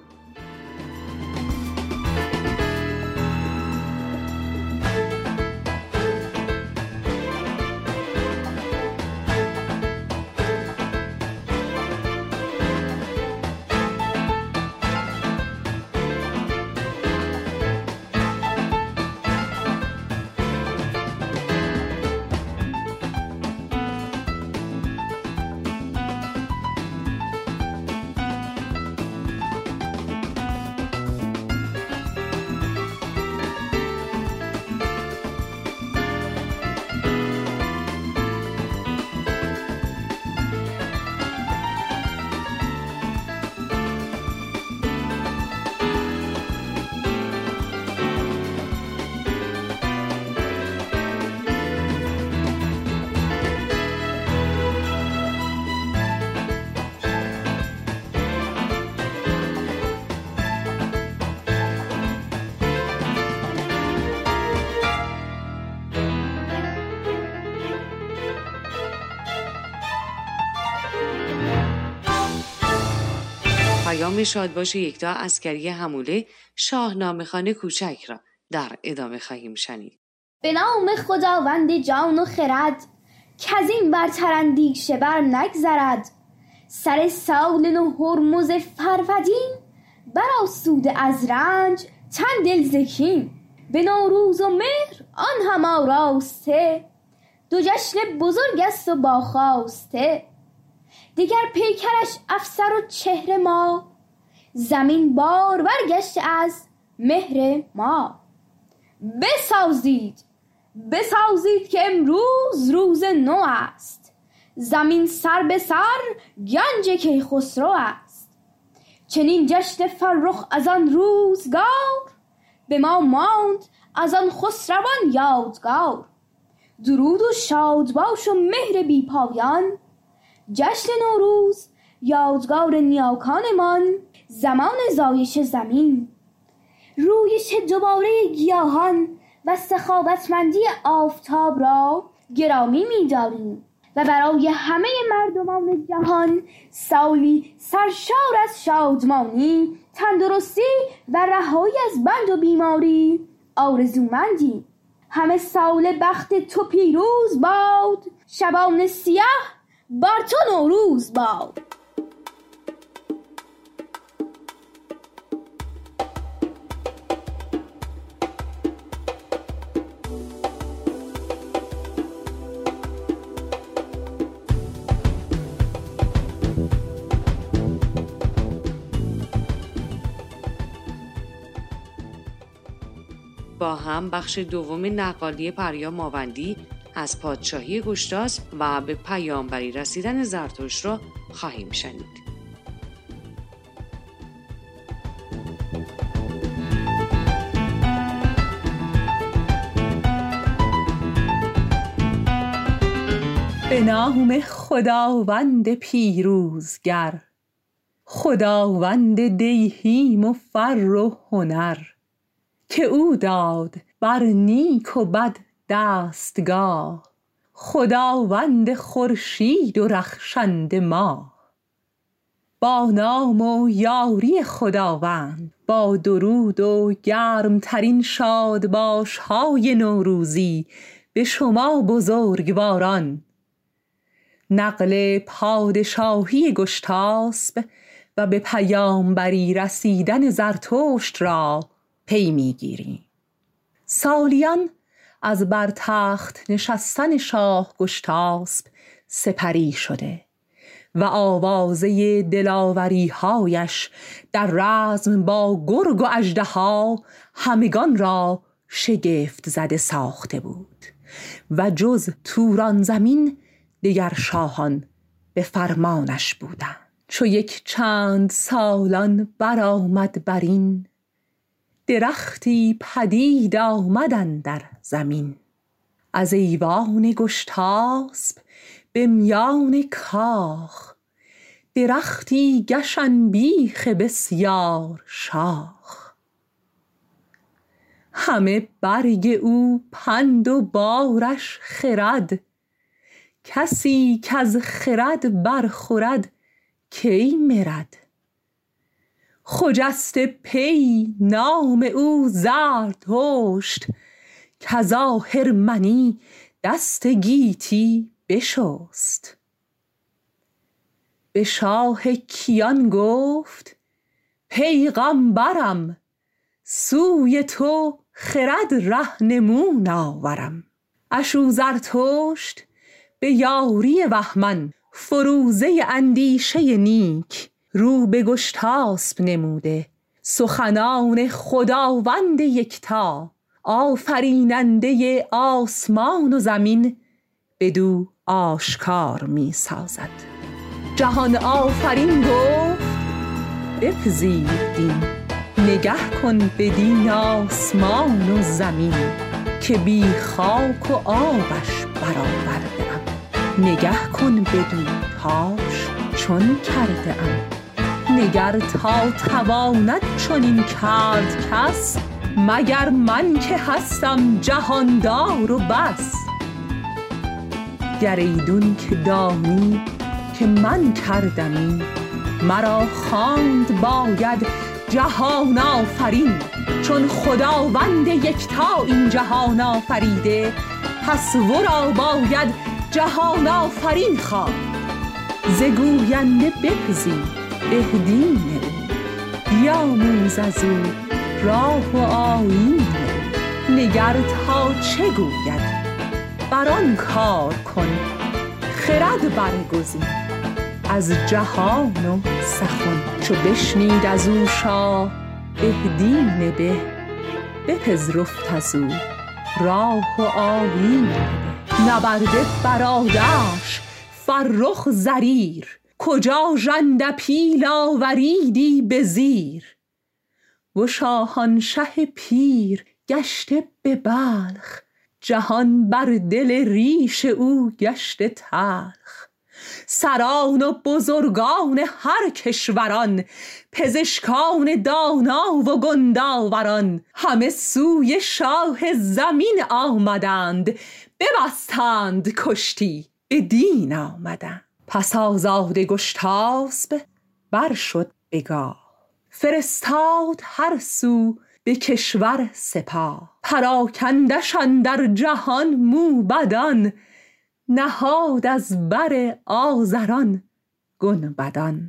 پیام شادباش یکتا عسکری حموله شاهنامه‌خوان کوچک را در ادامه خواهیم شنید. به نام خداوند جان و خرد، کزین برتر اندیشه بر نگذرد. سر سال نو هرمز فرودین، برآسوده از رنج تن دل ز کین. به نوروز و مهر آن هم آراسته، دو جشن بزرگ است و باخواسته. دیگر پیکرش افسر و چهره ما، زمین بارور گشته از مهر ما. بسازید بسازید که امروز روز نو است، زمین سر به سر گنج کیخسرو است. چنین جشن فرخ از آن روزگار، به ما ماند از آن خسروان یادگار. درود و شادباش و مهر بی پایان، جشن نوروز یادگار نیاکانمان. زمان زایش زمین، رویش دوباره گیاهان و سخاوتمندی آفتاب را گرامی می‌داریم و برای همه مردمان جهان سالی سرشار از شادمانی، تندرستی و رهایی از بند و بیماری آرزومندیم. همه سال بخت تو پیروز باد، شبان سیاه بر تو نوروز باد. با هم بخش دوم نقالی پریا ماوندی از پادشاهی گشتاسپ و به پیامبری رسیدن زرتشت را خواهیم شنید. به نام خداوند پیروزگر، خداوند دیهیم و فر و هنر، که او داد بر نیک و بد دستگاه، خداوند خورشید و رخشند ماه. با نام و یاری خداوند، با درود و گرمترین شادباش های نوروزی به شما بزرگواران. نقل پادشاهی گشتاسپ و به پیامبری رسیدن زرتشت را پی می‌گیریم. سالیان از بر تخت نشستن شاه گشتاسپ سپری شده و آوازه دلاوری‌هایش در رزم با گرگ و اژدها همگان را شگفت زده ساخته بود و جز توران زمین دیگر شاهان به فرمانش بودند. چو یک چند سالان برآمد برین، درختی پدید آمدن در زمین. از ایوان گشتاسپ به میان کاخ، درختی گشن بیخ بسیار شاخ. همه برگ او پند و بارش خرد، کسی که از خرد برخورد کی مرد. خجسته پی نام او زرتشت، کزا هرمنی دست گیتی بشست. به شاه کیان گفت پیغامبرم، سوی تو خرد رهنمون آورم. اشو زرتشت به یاری بهمن، فروزه اندیشه نیک، رو به گشتاسپ نموده سخنان خداوند یکتا. آفریننده آسمان و زمین بدو آشکار می سازد. جهان آفرین گفت بپذیر دین، نگه کن بدین آسمان و زمین، که بی خاک و آبش برآورده ام. نگه کن بدو تاش چون کرده ام. نگر تا تواند چنین کرد کس، مگر من که هستم جهاندار و بس. گر ایدون که دانی که من کردمی، مرا خواند باید جهان آفرین. چون خداوند یکتا این جهان آفریده، پس ورا باید جهان آفرین خواند. ز گوینده بپذیر بهدین او، بیاموز از او راه و آیین او. نگر تا چه گوید بران کار کن، خرد برگزین از جهان و سخن. چو بشنید از او شاه بهدین به، بپذرفت از او راه و آیین به. نبرده برادرش فرخ زریر، کجا ژنده پیل آوریدی به زیر. و شاهنشه پیر گشته به بلخ، جهان بر دل ریش او گشته تلخ. سران و بزرگان هر کشوران، پزشکان دانا و گنداوران، همه سوی شاه زمین آمدند. ببستند کشتی به دین آمدند. پس آزاده گشتاسپ بر شد بگاه، فرستاد هر سو به کشور سپاه. پراکندش اندر جهان موبدان، نهاد از بر آزران گنبدان.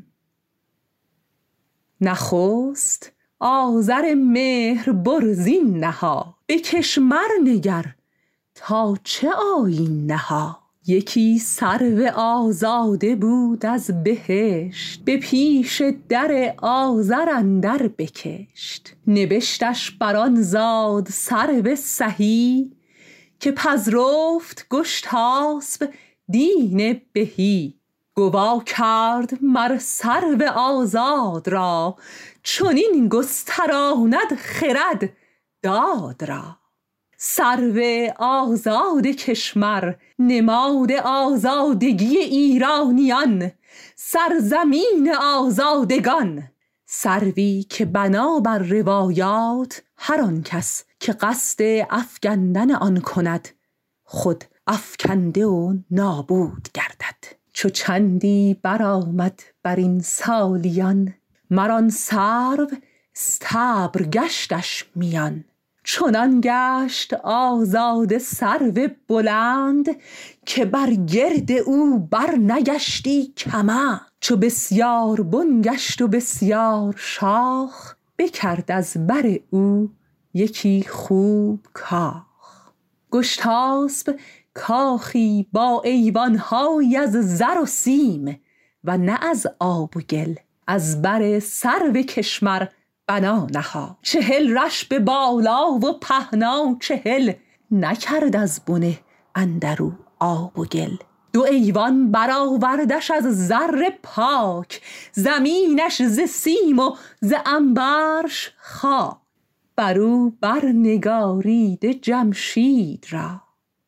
نخست آزر مهر برزین نها، به کشمر نگر تا چه آیین نها. یکی سرو آزاده بود از بهشت، به پیش در آذر اندر بکشت. نبشتش بران زاد سرو سهی، که پذرفت گشتاسب دین بهی. گوا کرد مر سرو آزاد را، چنین گستراند خرد داد را. سرو آزاد کشمر نماد آزادگی ایرانیان، سرزمین آزادگان. سروی که بنا بر روایات هر آن کس که قصد افگندن آن کند، خود افکنده و نابود گردد. چو چندی برآمد بر این سالیان، مران سرو استبر گشتش میان. چنان گشت آزاد سرو بلند، که بر گرد او بر نگشتی کمند. چو بسیار بن گشت و بسیار شاخ، بکرد از بر او یکی خوب کاخ. گشتاسب کاخی با ایوان‌های از زر و سیم، و نه از آب و گل از بر سرو کشمر بنا نهاد. چهل رشب بالا و پهنا چهل، نکرد از بنه اندرو آب و گل. دو ایوان برآوردش از زر پاک، زمینش ز سیم و ز عنبرش خاک. برو برنگاریده جمشید را،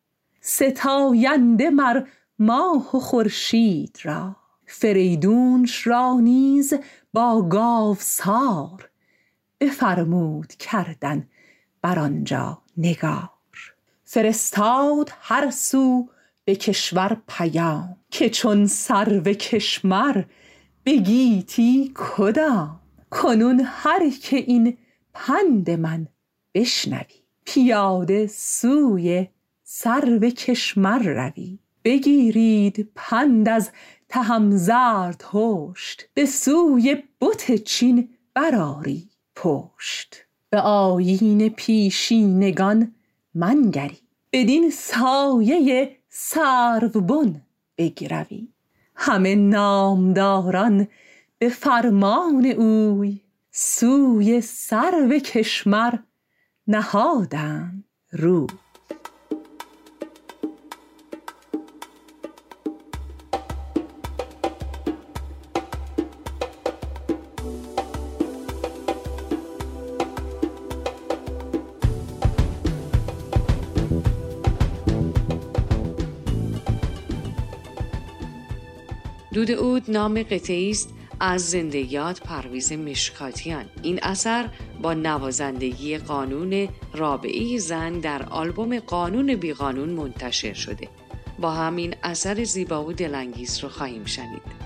ستاینده مر ماه و خورشید را. فریدونش را نیز با گاوسار، بفرمود کردن بر آنجا نگار. فرستاد هر سو به کشور پیام، که چون سرو کشمر به گیتی کدام. کنون هر که این پند من بشنوی، پیاده سوی سرو کشمر روی. بگیرید پند از تهم زرد هشت، به سوی بت چین برآری پشت. به آیین پیشینگان منگری، بدین سایه سروبن بگروی. همه نامداران به فرمان اوی، سوی سرو کشمر نهادند روی. دود عود نام قطعی است از زندگیات پرویز مشکاتیان. این اثر با نوازندگی قانون رابعه زن در آلبوم قانون بی قانون منتشر شده. با همین اثر زیبا و دلانگیز رو خواهیم شنید.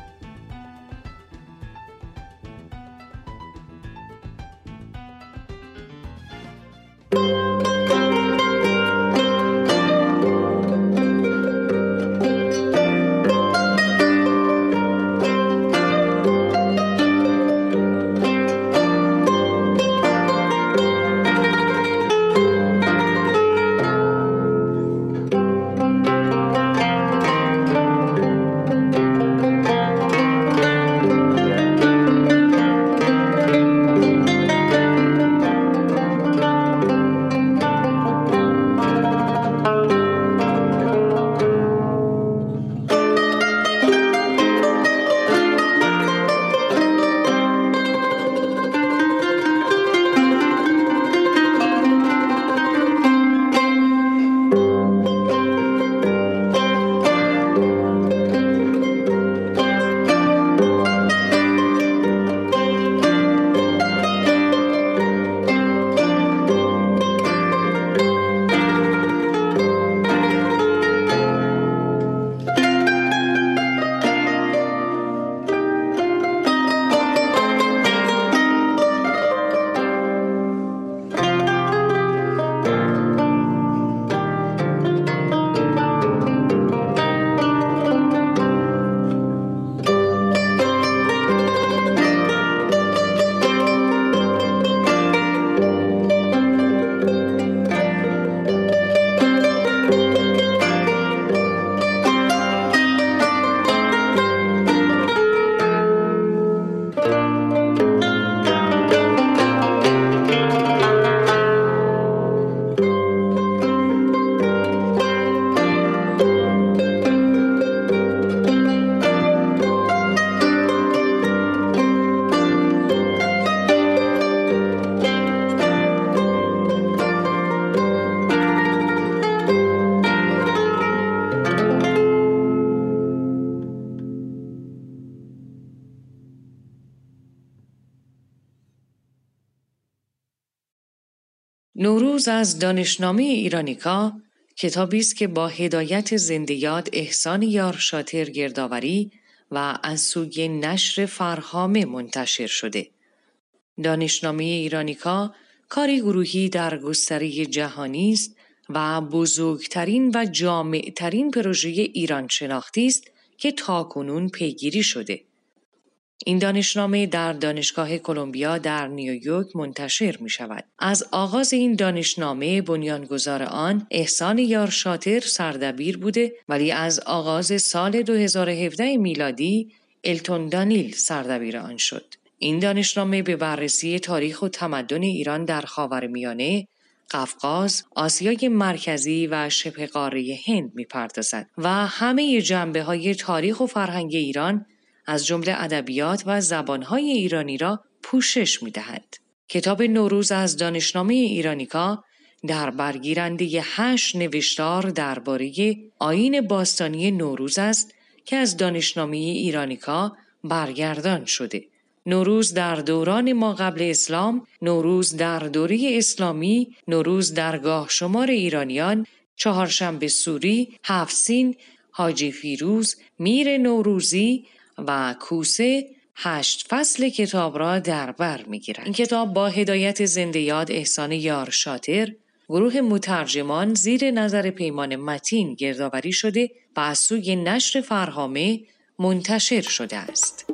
نوروز از دانشنامه ایرانیکا کتابی است که با هدایت زنده‌یاد احسان یار شاطر گردآوری و از سوی نشر فرهامه منتشر شده. دانشنامه ایرانیکا کاری گروهی در گستره جهانی است و بزرگترین و جامعترین پروژه ایران شناختی است که تاکنون پیگیری شده. این دانشنامه در دانشگاه کلمبیا در نیویورک منتشر می شود. از آغاز این دانشنامه بنیانگذار آن احسان یار شاطر سردبیر بوده، ولی از آغاز سال دو هزار و هفده میلادی التون دانیل سردبیر آن شد. این دانشنامه به بررسی تاریخ و تمدن ایران در خاورمیانه، قفقاز، آسیای مرکزی و شبه قاره هند می‌پردازد و همه جنبه‌های تاریخ و فرهنگ ایران از جمله ادبیات و زبان‌های ایرانی را پوشش می‌دهد. کتاب نوروز از دانشنامه ایرانیکا در برگیرنده هشت نوشتار درباره آیین باستانی نوروز است که از دانشنامه ایرانیکا برگردان شده. نوروز در دوران ما قبل اسلام، نوروز در دوره اسلامی، نوروز در گاه شمار ایرانیان، چهارشنبه سوری، هفت سین، حاجی فیروز، میر نوروزی و کوسه هشت فصل کتاب را در بر می‌گیرد. این کتاب با هدایت زنده‌یاد احسان یار شاطر، گروه مترجمان زیر نظر پیمان متین گردآوری شده و از سوی نشر فرهامه منتشر شده است.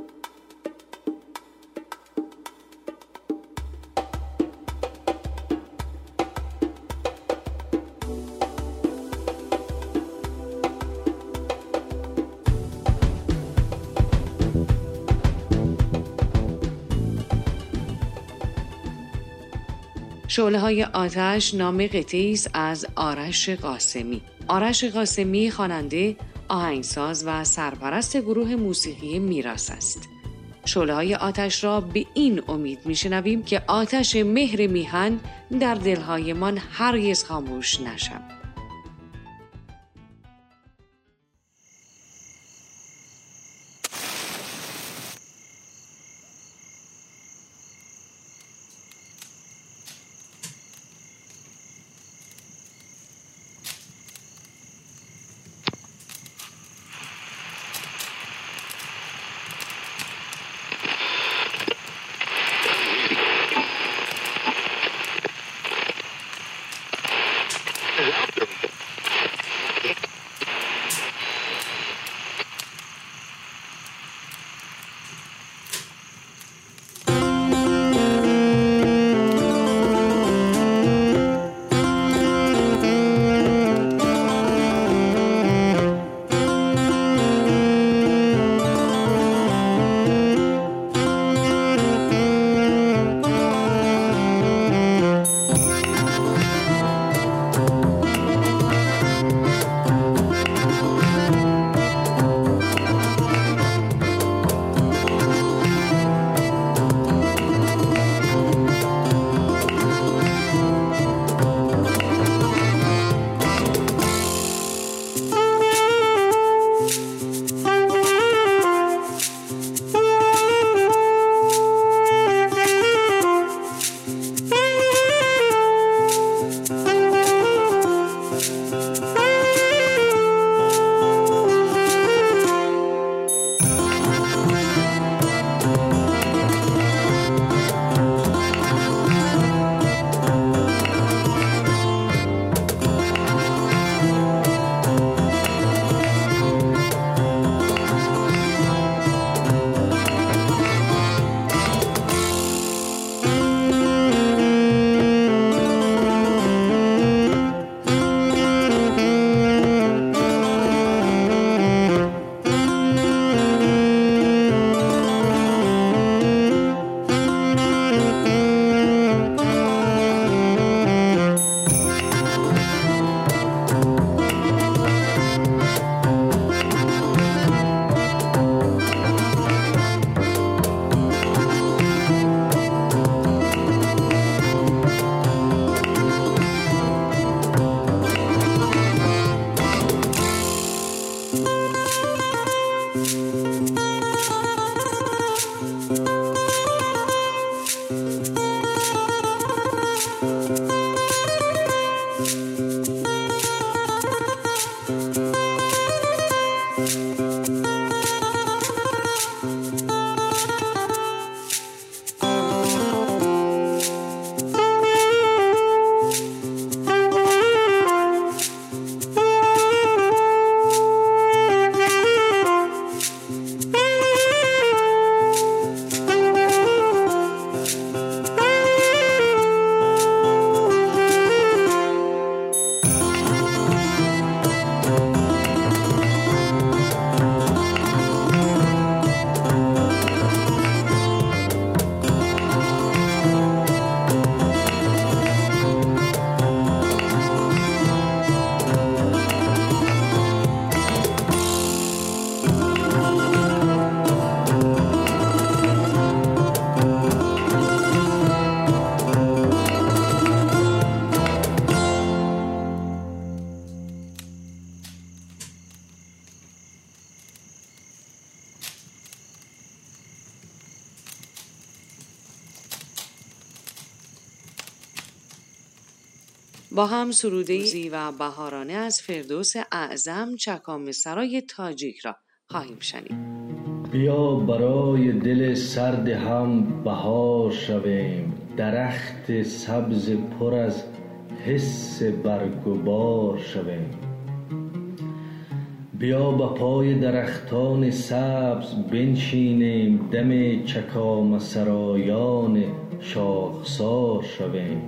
شعله‌های آتش نام قطعی است از آرش قاسمی. آرش قاسمی خواننده، آهنگساز و سرپرست گروه موسیقی میراث است. شعله‌های آتش را به این امید میشنویم که آتش مهر میهن در دل‌هایمان هرگز خاموش نشود. با هم سروده زی و بهارانه از فردوس اعظم چکام سرای تاجیک را خواهیم شنید. بیا برای دل سرد هم بهار شویم، درخت سبز پر از حس برگ و بار شویم. بیا به پای درختان سبز بنشینیم، دم چکام سرایان شاخسار شویم.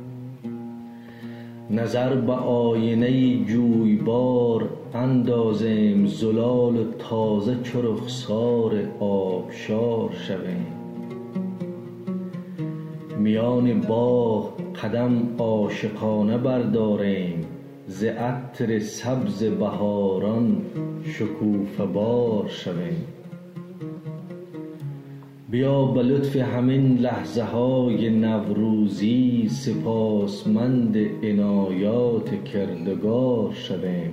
نظر به آینه جویبار اندازیم، زلال تازه چو رخسار آبشار شویم. میان باغ قدم عاشقانه برداریم، ز عطر سبز بهاران شکوفه بار شویم. بیا به لطف همین لحظه های نوروزی سپاسمند عنایات کردگار شویم.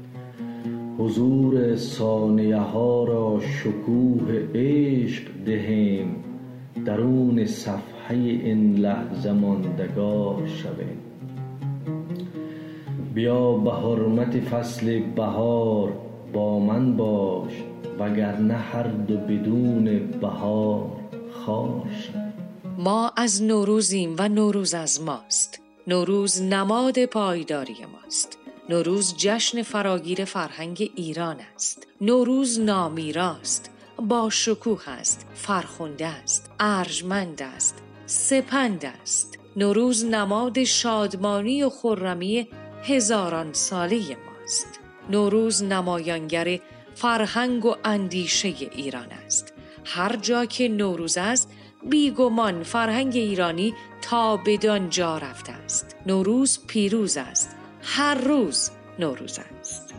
حضور ثانیه ها را شکوه عشق دهیم، درون صفحه این لحظه ماندگار شویم. بیا به حرمت فصل بهار با من باش، وگرنه هر دو بدون بهار خار شد. ما از نوروزیم و نوروز از ماست. نوروز نماد پایداری ماست. نوروز جشن فراگیر فرهنگ ایران است. نوروز نامیراست، با شکوه است، فرخنده است، ارجمند است، سپند است. نوروز نماد شادمانی و خرمی هزاران ساله ماست. نوروز نمایانگر فرهنگ و اندیشه ایران است. هر جا که نوروز است بیگمان فرهنگ ایرانی تا بدان جا رفته است. نوروز پیروز است. هر روز نوروز است.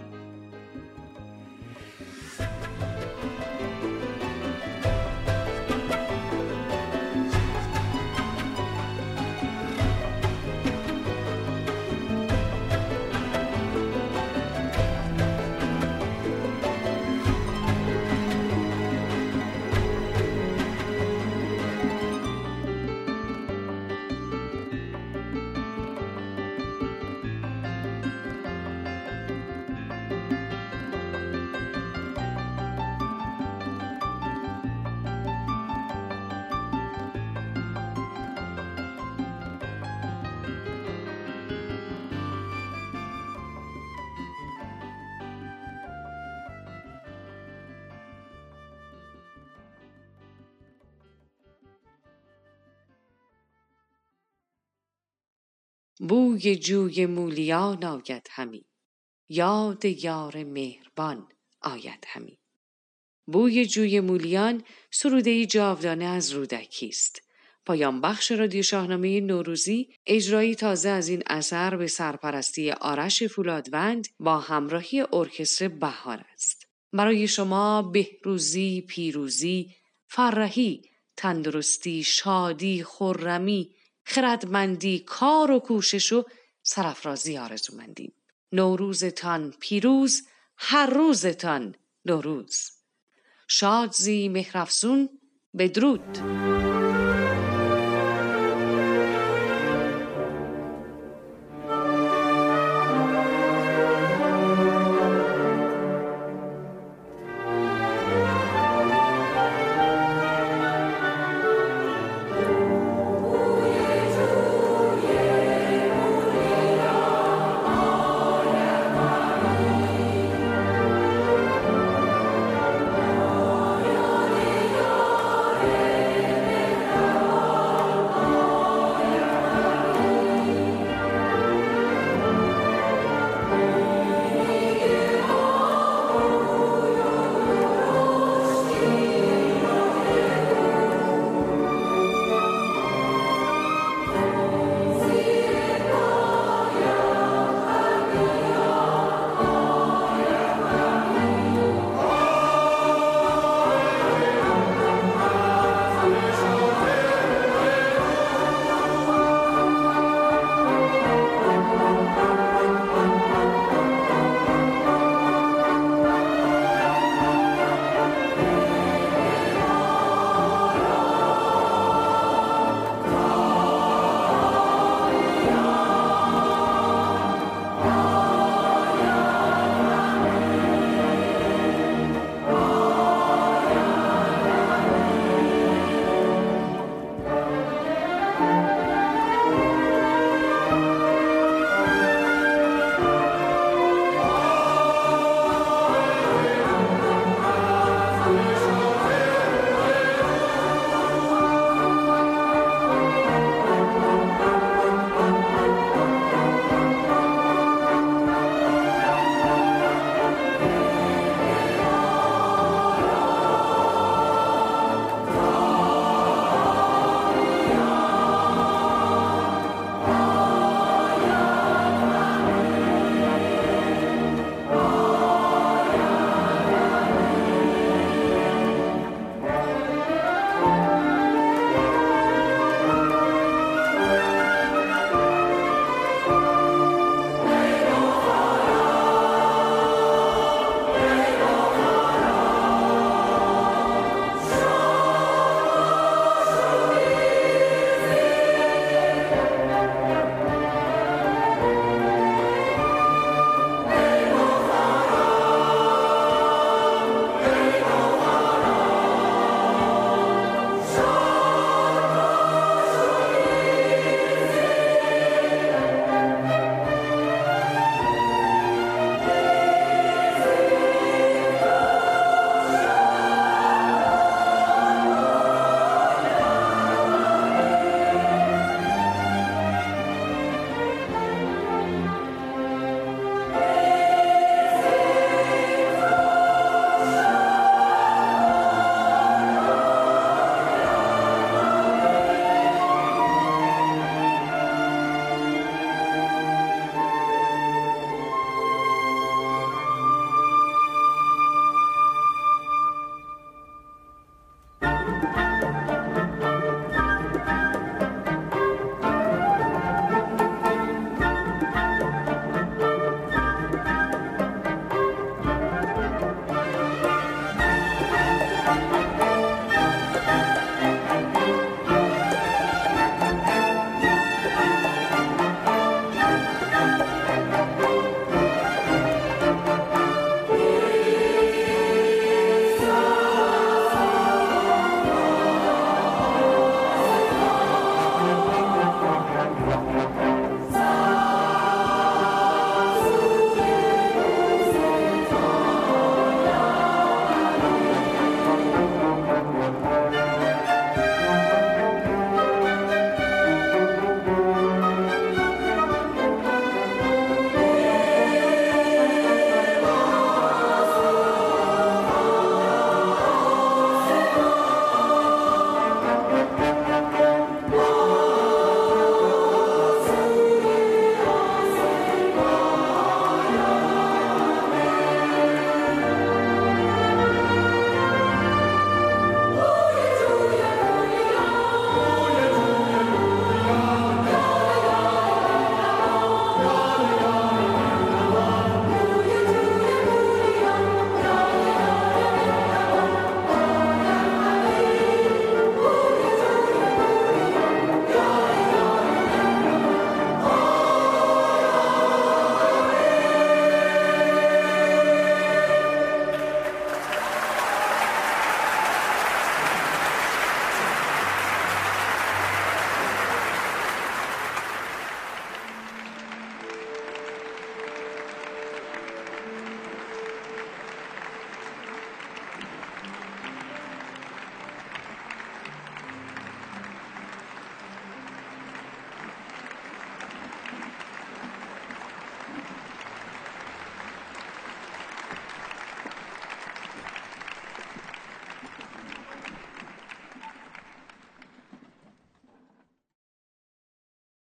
بوی جوی مولیان آید همی، یاد یار مهربان آید همی. بوی جوی مولیان سروده‌ای جاودانه از رودکی است. پایان بخش رادیو شاهنامه نوروزی اجرایی تازه از این اثر به سرپرستی آرش فولادوند با همراهی ارکستر بهار است. برای شما بهروزی، پیروزی، فرحی، تندرستی، شادی، خرمی، خردمندی، کار و کوشش و سرافرازی آرزومندیم. نوروزتان پیروز، هر روزتان نوروز. شاد زی مهرافزون، بدرود.